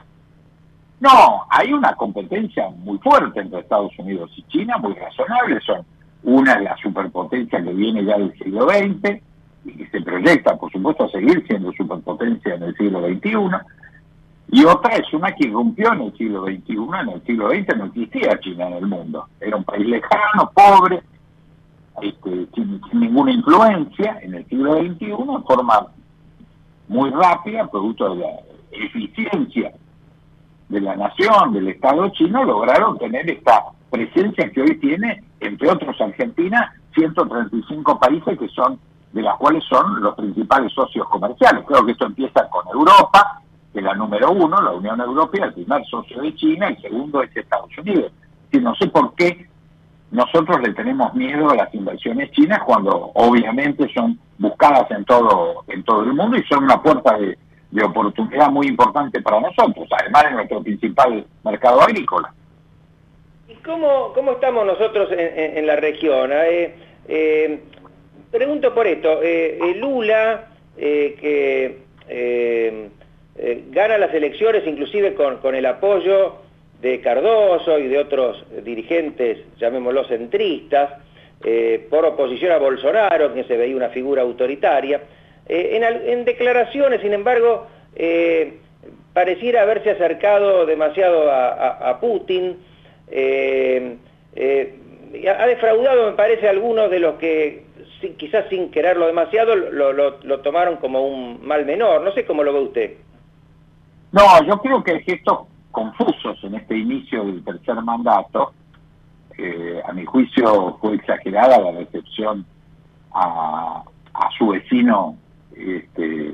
No, hay una competencia muy fuerte entre Estados Unidos y China, muy razonable. Son una es la superpotencia que viene ya del siglo veinte y que se proyecta, por supuesto, a seguir siendo superpotencia en el siglo veintiuno. Y otra es una que irrumpió en el siglo veintiuno, en el siglo veinte no existía China en el mundo. Era un país lejano, pobre, este, sin, sin ninguna influencia. En el siglo veintiuno, en forma muy rápida, producto de la eficiencia de la nación, del Estado chino, lograron tener esta presencia que hoy tiene, entre otros Argentina, ciento treinta y cinco países que son, de las cuales son los principales socios comerciales. Creo que esto empieza con Europa, que es la número uno, la Unión Europea, el primer socio de China, el segundo es Estados Unidos. Y no sé por qué nosotros le tenemos miedo a las inversiones chinas cuando obviamente son buscadas en todo en todo el mundo y son una puerta de, de oportunidad muy importante para nosotros, además de nuestro principal mercado agrícola. ¿Y cómo, cómo estamos nosotros en, en, en la región? Eh, eh, pregunto por esto, eh, eh, Lula, eh, que... Eh, Eh, gana las elecciones inclusive con, con el apoyo de Cardoso y de otros dirigentes, llamémoslos centristas, eh, por oposición a Bolsonaro, que se veía una figura autoritaria. Eh, en, en declaraciones, sin embargo, eh, pareciera haberse acercado demasiado a, a, a Putin, eh, eh, ha defraudado, me parece, a algunos de los que, si, quizás sin quererlo demasiado, lo, lo, lo tomaron como un mal menor. No sé cómo lo ve usted. No, yo creo que hay gestos confusos en este inicio del tercer mandato. Eh, a mi juicio fue exagerada la recepción a, a su vecino este,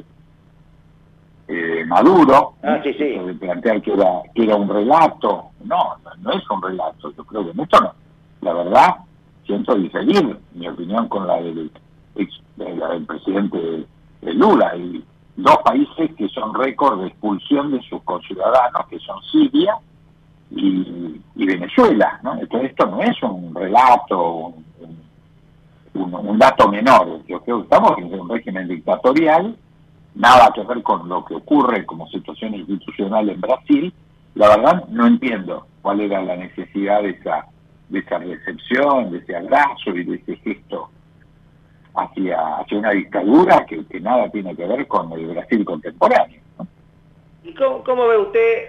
eh, Maduro, ah, sí, sí. de plantear que era, que era un relato. No, no, no es un relato, yo creo que en esto no. La verdad, siento diferir mi opinión con la del, ex, de la del presidente de Lula, y dos países que son récord de expulsión de sus conciudadanos, que son Siria y, y Venezuela, ¿no? Entonces esto no es un relato, un, un, un dato menor. Yo creo que estamos en un régimen dictatorial, nada que ver con lo que ocurre como situación institucional en Brasil. La verdad no entiendo cuál era la necesidad de esa, de esa recepción, de ese abrazo y de ese gesto hacia, hacia una dictadura que, que nada tiene que ver con el Brasil contemporáneo, ¿no? ¿Y cómo, cómo ve usted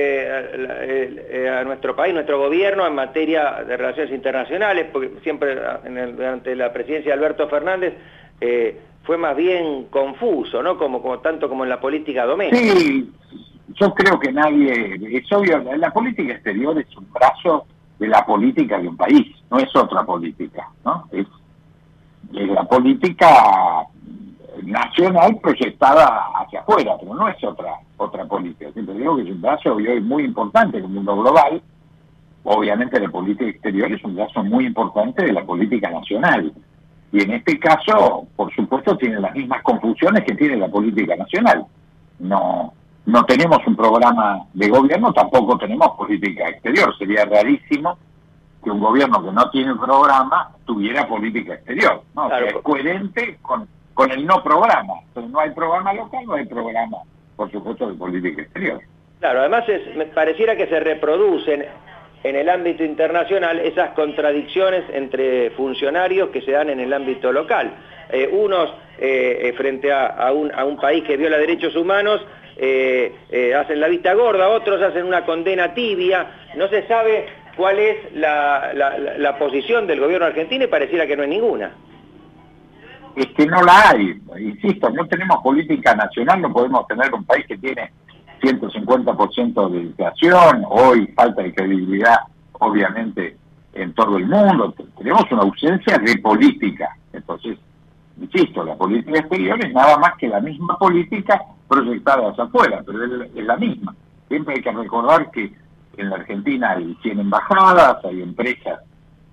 eh, a, a, a nuestro país, nuestro gobierno en materia de relaciones internacionales? Porque siempre en el, durante la presidencia de Alberto Fernández eh, fue más bien confuso, ¿no? Como, como tanto como en la política doméstica. Sí, yo creo que nadie, es obvio, la política exterior es un brazo de la política de un país, no es otra política, ¿no? Es, es la política nacional proyectada hacia afuera, pero no es otra otra política. Siempre digo que es un brazo hoy muy importante en el mundo global. Obviamente la política exterior es un brazo muy importante de la política nacional. Y en este caso, por supuesto, tiene las mismas confusiones que tiene la política nacional. No, no tenemos un programa de gobierno, tampoco tenemos política exterior. Sería rarísimo que un gobierno que no tiene programa tuviera política exterior, ¿no? Claro. O sea, es coherente con, con el no programa. Entonces no hay programa local, no hay programa, por supuesto, de política exterior. Claro, además es, me pareciera que se reproducen en el ámbito internacional esas contradicciones entre funcionarios que se dan en el ámbito local. Eh, unos eh, frente a, a, un, a un país que viola derechos humanos eh, eh, hacen la vista gorda, otros hacen una condena tibia, no se sabe cuál es la, la, la, la posición del gobierno argentino y pareciera que no hay ninguna. Es que no la hay, insisto, no tenemos política nacional, no podemos tener un país que tiene ciento cincuenta por ciento de inflación, hoy falta de credibilidad, obviamente, en todo el mundo. Tenemos una ausencia de política. Entonces, insisto, la política exterior es nada más que la misma política proyectada hacia afuera, pero es, es la misma. Siempre hay que recordar que en la Argentina hay cien embajadas, hay empresas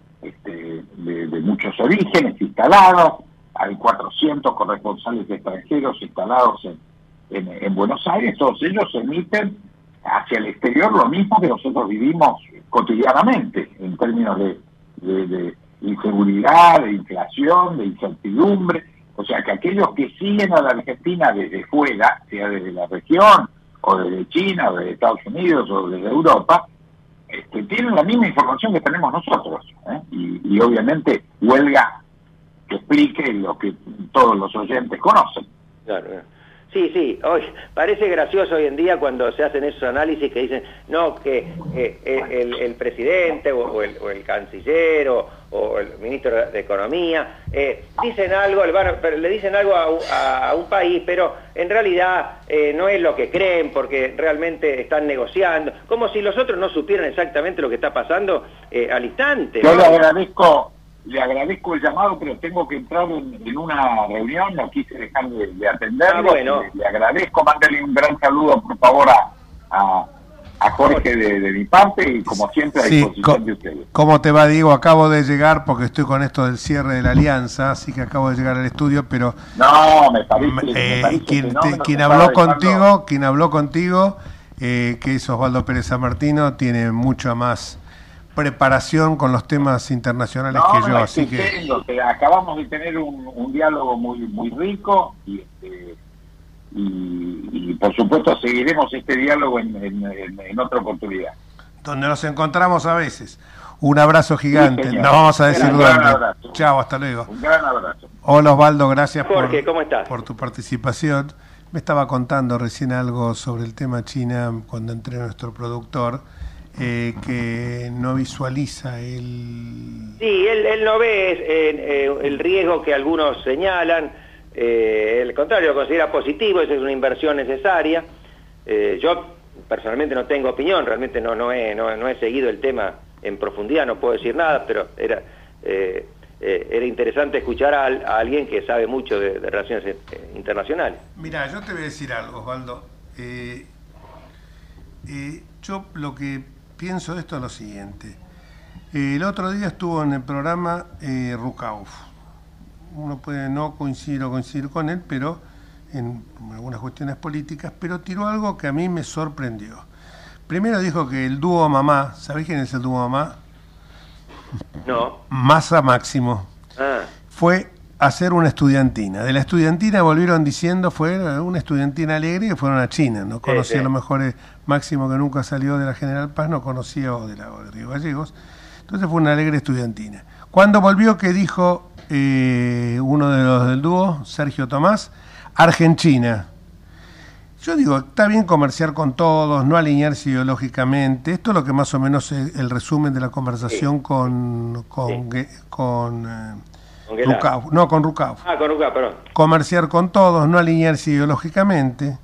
este, de, de muchos orígenes instaladas, hay cuatrocientos corresponsales extranjeros instalados en En, en Buenos Aires. Todos ellos emiten hacia el exterior lo mismo que nosotros vivimos cotidianamente en términos de, de, de inseguridad, de inflación, de incertidumbre. O sea que aquellos que siguen a la Argentina desde fuera, sea desde la región o desde China o desde Estados Unidos o desde Europa, este, tienen la misma información que tenemos nosotros, ¿eh? y, y obviamente huelga que explique lo que todos los oyentes conocen. Claro, claro. Sí, sí, hoy parece gracioso hoy en día cuando se hacen esos análisis que dicen, no, que eh, el, el presidente o, o, el, o el canciller o, o el ministro de Economía eh, dicen algo, le dicen algo a, a, a un país, pero en realidad eh, no es lo que creen porque realmente están negociando, como si los otros no supieran exactamente lo que está pasando eh, al instante, ¿no? Yo le agradezco... Le agradezco el llamado, pero tengo que entrar en, en una reunión, no quise dejar de, de atenderlo. Ah, bueno. le, le agradezco, mándale un gran saludo, por favor, a, a, a Jorge de, de mi parte y, como siempre, a sí, disposición de ustedes. ¿Cómo te va, Diego? Acabo de llegar, porque estoy con esto del cierre de la alianza, así que acabo de llegar al estudio, pero... No, me parece, eh, me parece quien, que no, te, quien habló contigo, quien habló contigo, eh, que es Osvaldo Pérez San Martino, tiene mucha más preparación con los temas internacionales no, que yo, así que... Tengo, que acabamos de tener un, un diálogo muy muy rico y, este, y, y por supuesto seguiremos este diálogo en, en, en, en otra oportunidad. Donde nos encontramos a veces. Un abrazo gigante, sí, no vamos a decir dónde. Chao, hasta luego. Un gran abrazo. Hola Osvaldo, gracias Jorge, por, ¿cómo estás? por tu participación. Me estaba contando recién algo sobre el tema China cuando entré nuestro productor. Eh, que no visualiza el... Sí, él, él no ve eh, eh, el riesgo que algunos señalan, eh, el contrario, lo considera positivo, esa es una inversión necesaria. Eh, yo personalmente no tengo opinión, realmente no, no, he, no, no he seguido el tema en profundidad, no puedo decir nada, pero era, eh, eh, era interesante escuchar a, a alguien que sabe mucho de, de relaciones eh, internacionales. Mira, yo te voy a decir algo, Osvaldo. Eh, eh, yo lo que... pienso de esto es lo siguiente. Eh, el otro día estuvo en el programa eh, Rucauf. Uno puede no coincidir o coincidir con él, pero en algunas cuestiones políticas, pero tiró algo que a mí me sorprendió. Primero dijo que el dúo Mamá, ¿sabés quién es el dúo Mamá? No. Massa Máximo. Ah. Fue a hacer una estudiantina. De la estudiantina volvieron diciendo, fue una estudiantina alegre, y fueron a China. No conocía sí, sí. a lo mejor eh, Máximo, que nunca salió de la General Paz, no conocía o de la o de Río Gallegos. Entonces fue una alegre estudiantina. Cuando volvió, que dijo eh, uno de los del dúo, Sergio Tomás, Argentina. Yo digo, está bien comerciar con todos, no alinearse ideológicamente. Esto es lo que más o menos es el resumen de la conversación sí. con con, sí. con, eh, ¿Con Rucauf. No, con Rucauf. Ah, con Rucauf, perdón. Comerciar con todos, no alinearse ideológicamente.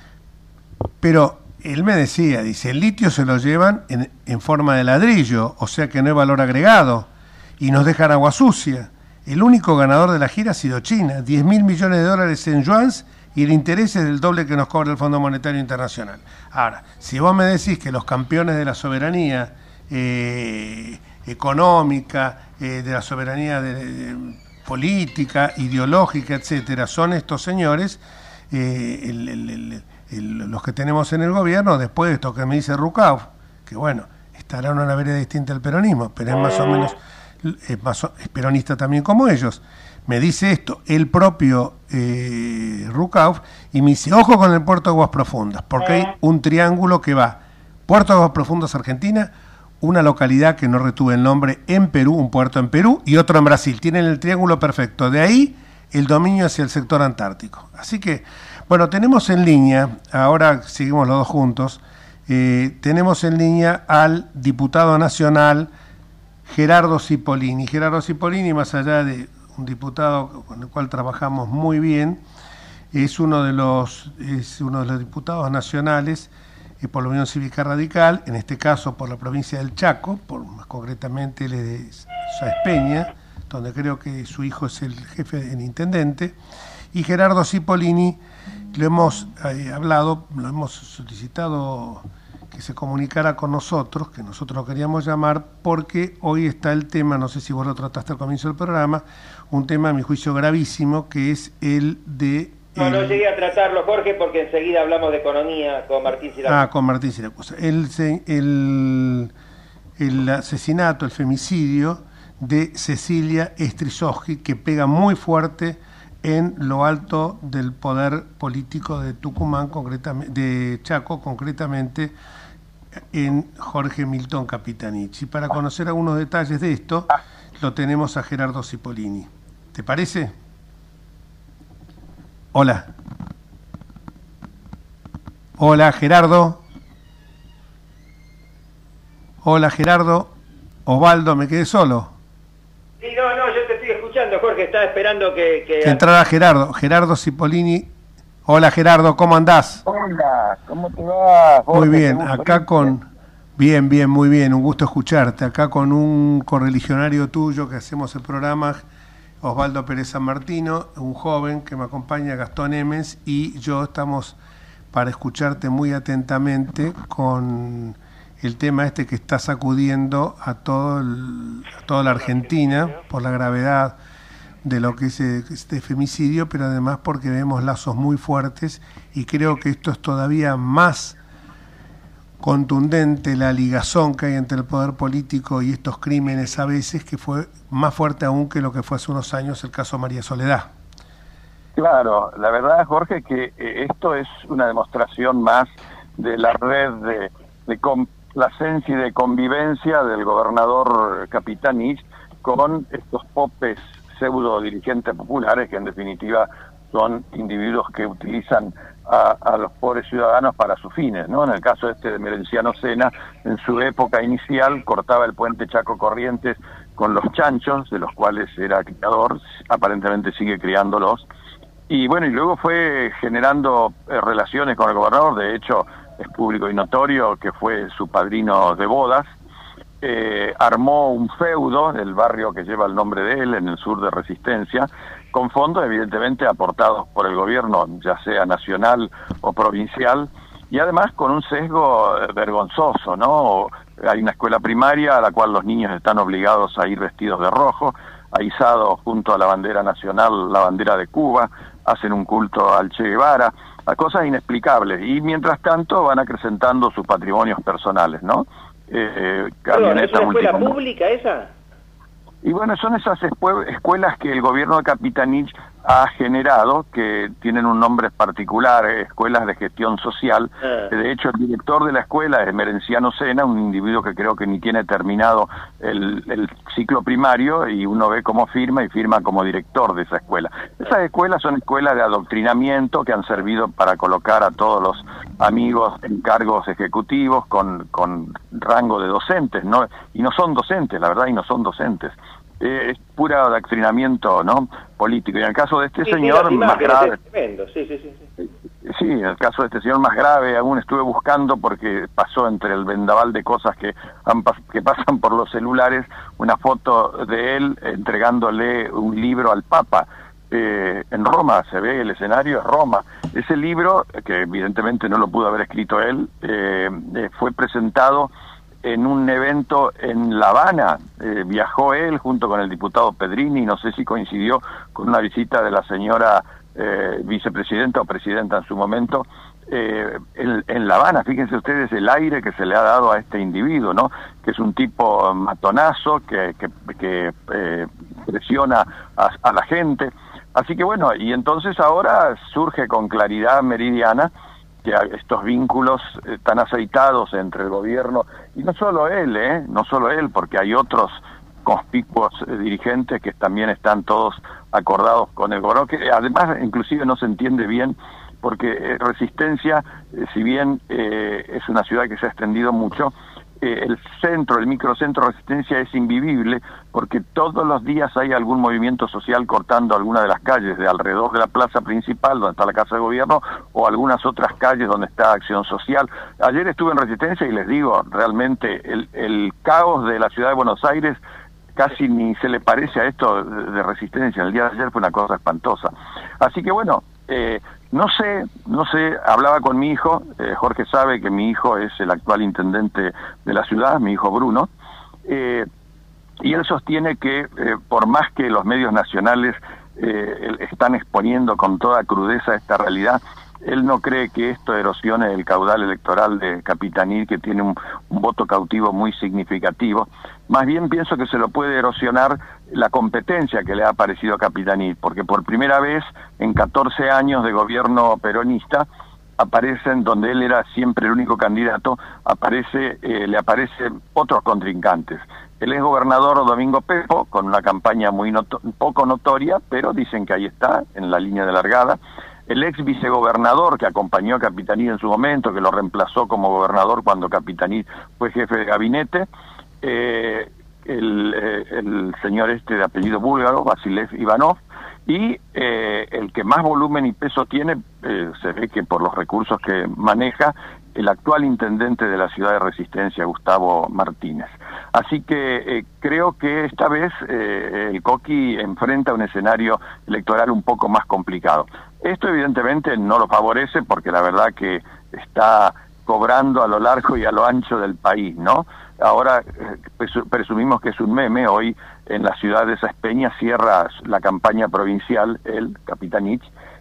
Pero él me decía, dice, el litio se lo llevan en, en forma de ladrillo, o sea que no hay valor agregado, y nos dejan agua sucia. El único ganador de la gira ha sido China, diez mil millones de dólares en yuans, y el interés es el doble que nos cobra el Fondo Monetario Internacional. Ahora, si vos me decís que los campeones de la soberanía eh, económica, eh, de la soberanía de, de, política, ideológica, etcétera, son estos señores, eh, el, el, el, el, los que tenemos en el gobierno, después de esto que me dice Rucauf, que bueno, estará en una vereda distinta al peronismo, pero es más o menos, es, más, es peronista también como ellos. Me dice esto el propio eh, Rucauf, y me dice, ojo con el puerto de Aguas Profundas, porque hay un triángulo que va Puerto de Aguas Profundas, Argentina, una localidad que no retuve el nombre en Perú, un puerto en Perú, y otro en Brasil. Tienen el triángulo perfecto. De ahí el dominio hacia el sector antártico. Así que, bueno, tenemos en línea, ahora seguimos los dos juntos, eh, tenemos en línea al diputado nacional Gerardo Cipollini. Gerardo Cipollini, más allá de un diputado con el cual trabajamos muy bien, es uno de los, es uno de los diputados nacionales eh, por la Unión Cívica Radical, en este caso por la provincia del Chaco, por más concretamente él es de Sáenz Peña, donde creo que su hijo es el jefe del intendente, y Gerardo Cipollini, lo hemos eh, hablado, lo hemos solicitado que se comunicara con nosotros, que nosotros lo queríamos llamar, porque hoy está el tema, no sé si vos lo trataste al comienzo del programa, un tema a mi juicio gravísimo, que es el de... No, el... no llegué a tratarlo, Jorge, porque enseguida hablamos de economía con Martín Siracusa. Ah, con Martín Siracusa. El, el, el asesinato, el femicidio de Cecilia Strisowski, que pega muy fuerte en lo alto del poder político de Tucumán, concretamente, de Chaco, concretamente en Jorge Milton Capitanich. Y para conocer algunos detalles de esto, lo tenemos a Gerardo Cipollini. ¿Te parece? Hola. Hola, Gerardo. Hola, Gerardo. Osvaldo, me quedé solo. Sí, no, no, yo te estoy escuchando, Jorge, estaba esperando que... Que, que entrara Gerardo. Gerardo Cipollini. Hola, Gerardo, ¿cómo andás? Hola, ¿cómo te va? Muy bien, acá con... Bien, bien, muy bien, un gusto escucharte. Acá con un correligionario tuyo que hacemos el programa, Osvaldo Pérez San Martino, un joven que me acompaña, Gastón Emens, y yo estamos para escucharte muy atentamente con el tema este que está sacudiendo a, todo el, a toda la Argentina por la gravedad de lo que es este femicidio, pero además porque vemos lazos muy fuertes, y creo que esto es todavía más contundente, la ligazón que hay entre el poder político y estos crímenes a veces, que fue más fuerte aún que lo que fue hace unos años el caso María Soledad. Claro, la verdad, Jorge, que esto es una demostración más de la red de, de complacencia y de convivencia del gobernador Capitanich con estos popes pseudo dirigentes populares, que en definitiva son individuos que utilizan a, a los pobres ciudadanos para sus fines, ¿no? En el caso este de Merenciano Sena, en su época inicial cortaba el puente Chaco Corrientes con los chanchos, de los cuales era criador, aparentemente sigue criándolos, y bueno, y luego fue generando eh, relaciones con el gobernador. De hecho es público y notorio que fue su padrino de bodas. Eh, armó un feudo del barrio que lleva el nombre de él, en el sur de Resistencia, con fondos evidentemente aportados por el gobierno, ya sea nacional o provincial, y además con un sesgo vergonzoso, ¿no? Hay una escuela primaria a la cual los niños están obligados a ir vestidos de rojo, izado junto a la bandera nacional, la bandera de Cuba, hacen un culto al Che Guevara, a cosas inexplicables, y mientras tanto van acrecentando sus patrimonios personales, ¿no? Eh, Perdón, ¿es una escuela pública esa? Y bueno, son esas escuelas que el gobierno de Capitanich ha generado, que tienen un nombre particular, eh, escuelas de gestión social. Ah. De hecho, el director de la escuela es Merenciano Sena, un individuo que creo que ni tiene terminado el, el ciclo primario, y uno ve cómo firma y firma como director de esa escuela. Esas escuelas son escuelas de adoctrinamiento que han servido para colocar a todos los amigos en cargos ejecutivos con, con rango de docentes, ¿no? Y no son docentes, la verdad, y no son docentes. Eh, es puro adoctrinamiento, ¿no?, político. Y en el caso de este sí, señor, sí, más grave... Tremendo. Sí, sí, sí, sí. Sí, en el caso de este señor más grave, aún estuve buscando porque pasó entre el vendaval de cosas que, han, que pasan por los celulares, una foto de él entregándole un libro al Papa. Eh, en Roma, se ve el escenario, es Roma. Ese libro, que evidentemente no lo pudo haber escrito él, eh, eh, fue presentado en un evento en La Habana. Eh, viajó él junto con el diputado Pedrini, no sé si coincidió con una visita de la señora eh, vicepresidenta o presidenta en su momento, eh, en, en La Habana. Fíjense ustedes el aire que se le ha dado a este individuo, ¿no?, que es un tipo matonazo, que, que, que eh, presiona a, a la gente. Así que bueno, y entonces ahora surge con claridad meridiana que estos vínculos eh, tan aceitados entre el gobierno, y no solo él, eh, no solo él, porque hay otros conspicuos eh, dirigentes que también están todos acordados con el gobierno, que además inclusive no se entiende bien, porque eh, Resistencia, eh, si bien eh, es una ciudad que se ha extendido mucho, eh, el centro, el microcentro de Resistencia es invivible, porque todos los días hay algún movimiento social cortando alguna de las calles de alrededor de la plaza principal, donde está la Casa de Gobierno, o algunas otras calles donde está Acción Social. Ayer estuve en Resistencia y les digo, realmente el, el caos de la ciudad de Buenos Aires casi ni se le parece a esto de, de Resistencia. El día de ayer fue una cosa espantosa. Así que bueno, eh, no sé, no sé, hablaba con mi hijo, eh, Jorge sabe que mi hijo es el actual intendente de la ciudad, mi hijo Bruno, eh, y él sostiene que eh, por más que los medios nacionales eh, están exponiendo con toda crudeza esta realidad, él no cree que esto erosione el caudal electoral de Capitanich, que tiene un, un voto cautivo muy significativo. Más bien pienso que se lo puede erosionar la competencia que le ha aparecido a Capitanich, porque por primera vez en catorce años de gobierno peronista aparecen, donde él era siempre el único candidato, aparece, eh, le aparecen otros contrincantes. El ex gobernador Domingo Pepo, con una campaña muy noto- poco notoria, pero dicen que ahí está, en la línea de largada. El ex vicegobernador que acompañó a Capitanich en su momento, que lo reemplazó como gobernador cuando Capitanich fue jefe de gabinete, eh, el, eh, el señor este de apellido búlgaro, Vasilev Ivanov, y eh, el que más volumen y peso tiene, eh, se ve que por los recursos que maneja, el actual intendente de la ciudad de Resistencia, Gustavo Martínez. Así que eh, creo que esta vez eh, el Coqui enfrenta un escenario electoral un poco más complicado. Esto evidentemente no lo favorece, porque la verdad que está cobrando a lo largo y a lo ancho del país, ¿no? Ahora eh, presumimos que es un meme. Hoy en la ciudad de Saspeña cierra la campaña provincial, el Capitanich,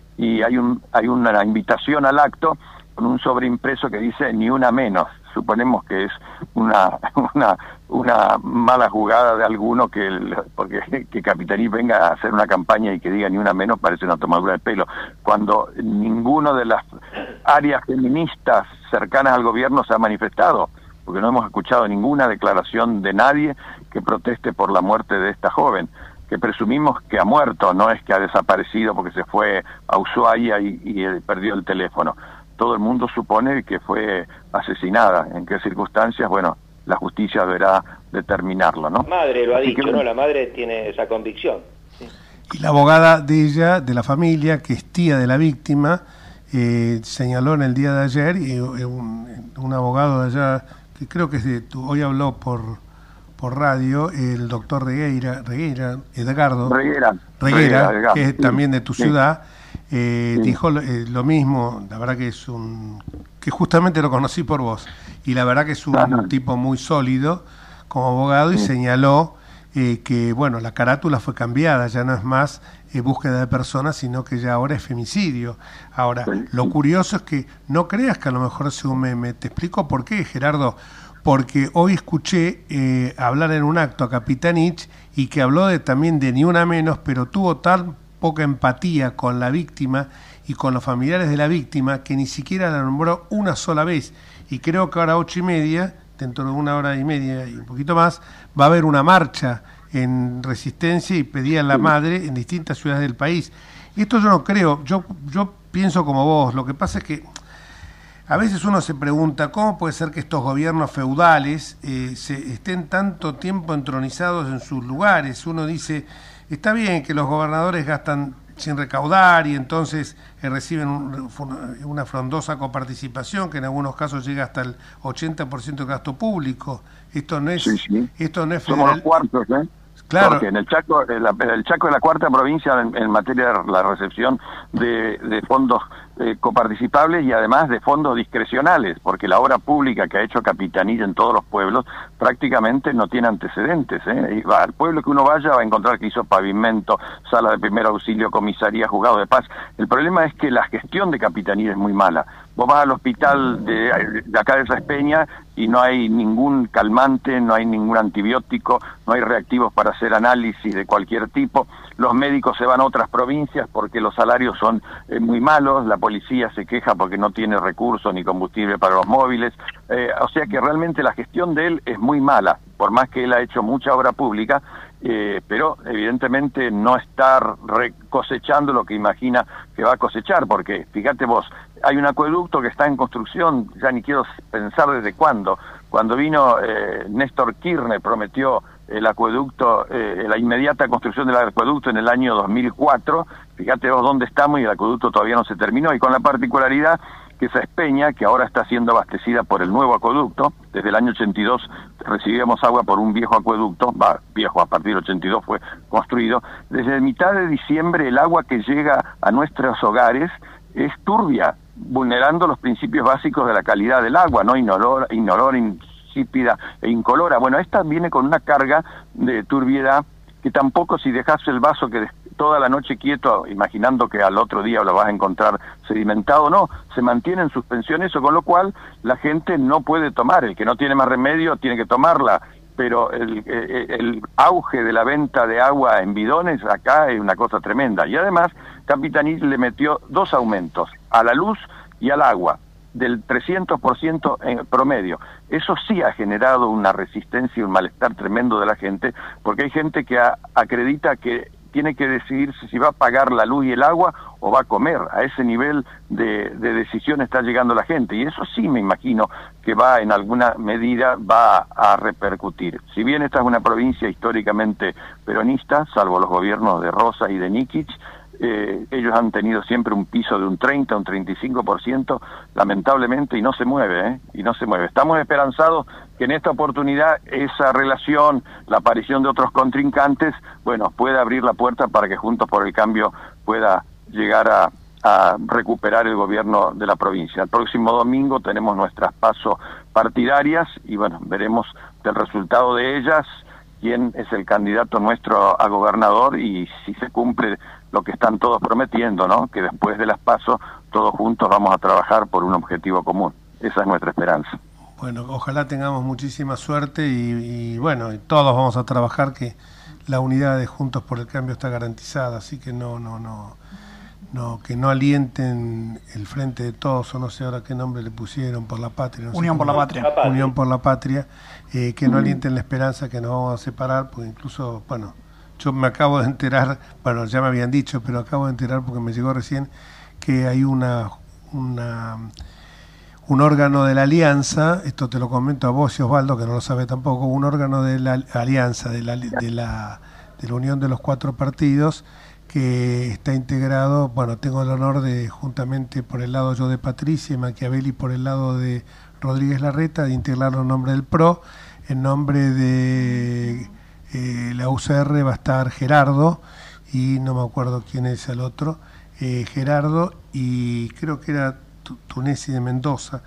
y hay un hay una invitación al acto con un sobreimpreso que dice ni una menos. Suponemos que es una una una mala jugada de alguno, que el, porque que Capitanich venga a hacer una campaña y que diga ni una menos parece una tomadura de pelo, cuando ninguno de las áreas feministas cercanas al gobierno se ha manifestado, porque no hemos escuchado ninguna declaración de nadie que proteste por la muerte de esta joven, que presumimos que ha muerto, no es que ha desaparecido porque se fue a Ushuaia y, y perdió el teléfono. Todo el mundo supone que fue asesinada. ¿En qué circunstancias? Bueno, la justicia deberá determinarlo, ¿no? La madre lo ha Así dicho, que, ¿no? La madre tiene esa convicción. Sí. Y la abogada de ella, de la familia, que es tía de la víctima, eh, señaló en el día de ayer, y un, un abogado de allá, que creo que es de, hoy habló por por radio, el doctor Regueira, Regueira, Edgardo Reguera, Reguera, Reguera, que es sí, también de tu sí. ciudad, eh, Sí. dijo eh, lo mismo. La verdad que es un, que justamente lo conocí por vos, y la verdad que es un Ajá. tipo muy sólido como abogado, y Sí. señaló eh, que, bueno, la carátula fue cambiada, ya no es más eh, búsqueda de personas, sino que ya ahora es femicidio. Ahora, lo curioso es que no creas que a lo mejor se me, me te explico por qué, Gerardo, porque hoy escuché eh, hablar en un acto a Capitanich y que habló de, también de Ni Una Menos, pero tuvo tan poca empatía con la víctima y con los familiares de la víctima que ni siquiera la nombró una sola vez. Y creo que ahora a ocho y media, dentro de una hora y media y un poquito más, va a haber una marcha en Resistencia y pedía a la madre en distintas ciudades del país. Esto yo no creo, yo, yo pienso como vos, lo que pasa es que a veces uno se pregunta cómo puede ser que estos gobiernos feudales eh, se estén tanto tiempo entronizados en sus lugares. Uno dice, está bien que los gobernadores gastan sin recaudar y entonces eh, reciben un, una frondosa coparticipación que en algunos casos llega hasta el ochenta por ciento del gasto público. Esto no es, sí, sí. Esto no es federal. Somos los cuartos, ¿eh? Claro. Porque en el Chaco, el, el Chaco es la cuarta provincia en, en materia de la recepción de, de fondos eh, coparticipables y además de fondos discrecionales, porque la obra pública que ha hecho Capitanich en todos los pueblos prácticamente no tiene antecedentes, ¿eh? Y va, al pueblo que uno vaya va a encontrar que hizo pavimento, sala de primer auxilio, comisaría, juzgado de paz. El problema es que la gestión de Capitanich es muy mala. Vos vas al hospital de, de acá de Saspeña y no hay ningún calmante, no hay ningún antibiótico, no hay reactivos para hacer análisis de cualquier tipo. Los médicos se van a otras provincias porque los salarios son eh, muy malos, la policía se queja porque no tiene recursos ni combustible para los móviles. Eh, o sea que realmente la gestión de él es muy mala, por más que él ha hecho mucha obra pública, eh, pero evidentemente no está cosechando lo que imagina que va a cosechar, porque fíjate vos, hay un acueducto que está en construcción, ya ni quiero pensar desde cuándo. Cuando vino eh, Néstor Kirchner prometió el acueducto, eh, la inmediata construcción del acueducto en el año dos mil cuatro, fíjate vos dónde estamos y el acueducto todavía no se terminó, y con la particularidad que Saspeña, que ahora está siendo abastecida por el nuevo acueducto, desde el año ochenta y dos recibíamos agua por un viejo acueducto, va, viejo, a partir del ochenta y dos fue construido, desde mitad de diciembre el agua que llega a nuestros hogares es turbia, vulnerando los principios básicos de la calidad del agua, ¿no? Inolora, inolora, insípida e incolora. Bueno, esta viene con una carga de turbiedad que tampoco, si dejas el vaso que toda la noche quieto, imaginando que al otro día lo vas a encontrar sedimentado, no, se mantiene en suspensión eso, con lo cual la gente no puede tomar. El que no tiene más remedio tiene que tomarla, pero el, el, el auge de la venta de agua en bidones acá es una cosa tremenda. Y además Capitanich le metió dos aumentos, a la luz y al agua, del trescientos por ciento en promedio. Eso sí ha generado una resistencia y un malestar tremendo de la gente, porque hay gente que a, acredita que tiene que decidir si va a pagar la luz y el agua o va a comer. A ese nivel de, de decisión está llegando la gente, y eso sí me imagino que va, en alguna medida, va a repercutir. Si bien esta es una provincia históricamente peronista, salvo los gobiernos de Rosa y de Nikich, Eh, ellos han tenido siempre un piso de un treinta, un treinta y cinco por ciento, lamentablemente, y no se mueve, ¿eh? y no se mueve. Estamos esperanzados que en esta oportunidad esa relación, la aparición de otros contrincantes, bueno, pueda abrir la puerta para que Juntos por el Cambio pueda llegar a, a recuperar el gobierno de la provincia. El próximo domingo tenemos nuestras pasos partidarias y bueno, veremos del resultado de ellas quién es el candidato nuestro a gobernador y si se cumple lo que están todos prometiendo, ¿no? Que después de las PASO todos juntos vamos a trabajar por un objetivo común. Esa es nuestra esperanza. Bueno, ojalá tengamos muchísima suerte y, y bueno, y todos vamos a trabajar, que la unidad de Juntos por el Cambio está garantizada, así que no, no, no, no, que no alienten el Frente de Todos, o no sé ahora qué nombre le pusieron, por la patria. No Unión sé por la Patria. Unión por la Patria, eh, que no alienten la esperanza que nos vamos a separar, porque incluso, bueno, yo me acabo de enterar, bueno, ya me habían dicho, pero acabo de enterar porque me llegó recién que hay una, una un órgano de la Alianza, esto te lo comento a vos y Osvaldo, que no lo sabe tampoco, un órgano de la Alianza, de la, de la, de la Unión de los Cuatro Partidos, que está integrado, bueno, tengo el honor de, juntamente por el lado yo de Patricia y Machiavelli por el lado de Rodríguez Larreta, de integrarlo en nombre del P R O, en nombre de... Eh, la U C R va a estar Gerardo y no me acuerdo quién es el otro, eh, Gerardo y creo que era Tunesi de Mendoza,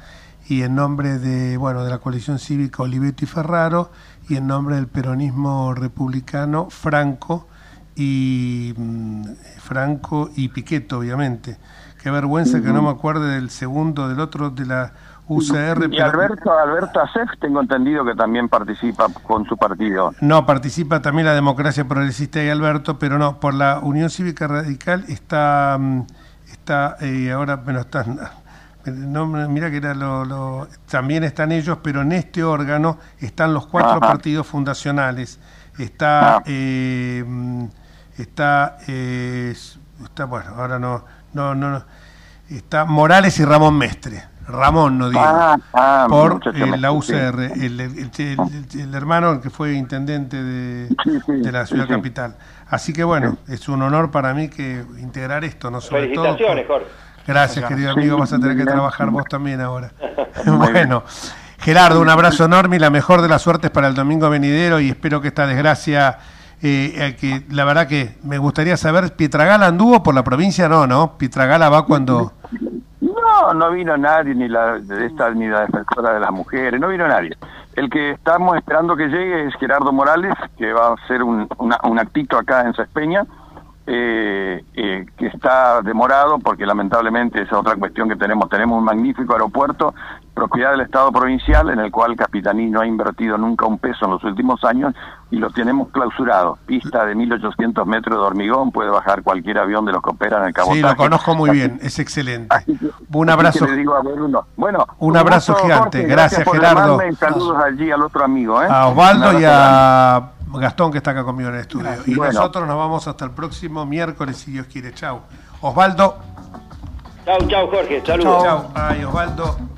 y en nombre de, bueno, de la coalición cívica Oliveto y Ferraro, y en nombre del peronismo republicano Franco y mm, Franco y Pichetto, obviamente. Qué vergüenza uh-huh. que no me acuerde del segundo, del otro, de la U C R. Y pero... Alberto, Alberto Acef, tengo entendido que también participa con su partido. No, participa también la Democracia Progresista y Alberto, pero no, por la Unión Cívica Radical está, está eh, ahora, bueno, está, no, mira que era lo, lo, también están ellos, pero en este órgano están los cuatro Ajá. partidos fundacionales. Está, ah. eh, está, eh, está, bueno, ahora no, no, no, no, está Morales y Ramón Mestre. Ramón, no digo, ah, ah, por eh, la U C R, sí. el, el, el, el, el hermano que fue intendente de, sí, sí, de la ciudad sí, capital. Así que bueno, sí. es un honor para mí que integrar esto, ¿no? Sobre Felicitaciones, todo, Jorge. Gracias, querido amigo, sí, vas a tener que trabajar vos también ahora. Bueno, Gerardo, un abrazo enorme y la mejor de las suertes para el domingo venidero, y espero que esta desgracia, eh, que la verdad que me gustaría saber, ¿Pietragala anduvo por la provincia? No, ¿no? Pietragala va cuando... No, no vino nadie, ni la de esta ni la defensora de las mujeres, no vino nadie. El que estamos esperando que llegue es Gerardo Morales, que va a hacer un, una, un actito acá en Sespeña, eh, eh, que está demorado porque lamentablemente esa es otra cuestión que tenemos. Tenemos un magnífico aeropuerto, propiedad del Estado provincial, en el cual Capitaní no ha invertido nunca un peso en los últimos años y lo tenemos clausurado. Pista de mil ochocientos metros de hormigón, puede bajar cualquier avión de los que operan en el cabotaje. Sí, lo conozco muy así, bien, es excelente. Que, un abrazo. Le digo a Bruno. Bueno, un abrazo gusto, gigante, Jorge, gracias, gracias Gerardo. Saludos allí al otro amigo. ¿eh? A Osvaldo y a Gastón, que está acá conmigo en el estudio. Gracias. Y bueno, nosotros nos vamos hasta el próximo miércoles, si Dios quiere. Chau. Osvaldo. Chau, chau, Jorge. Saludos. Chau. Ay, Osvaldo.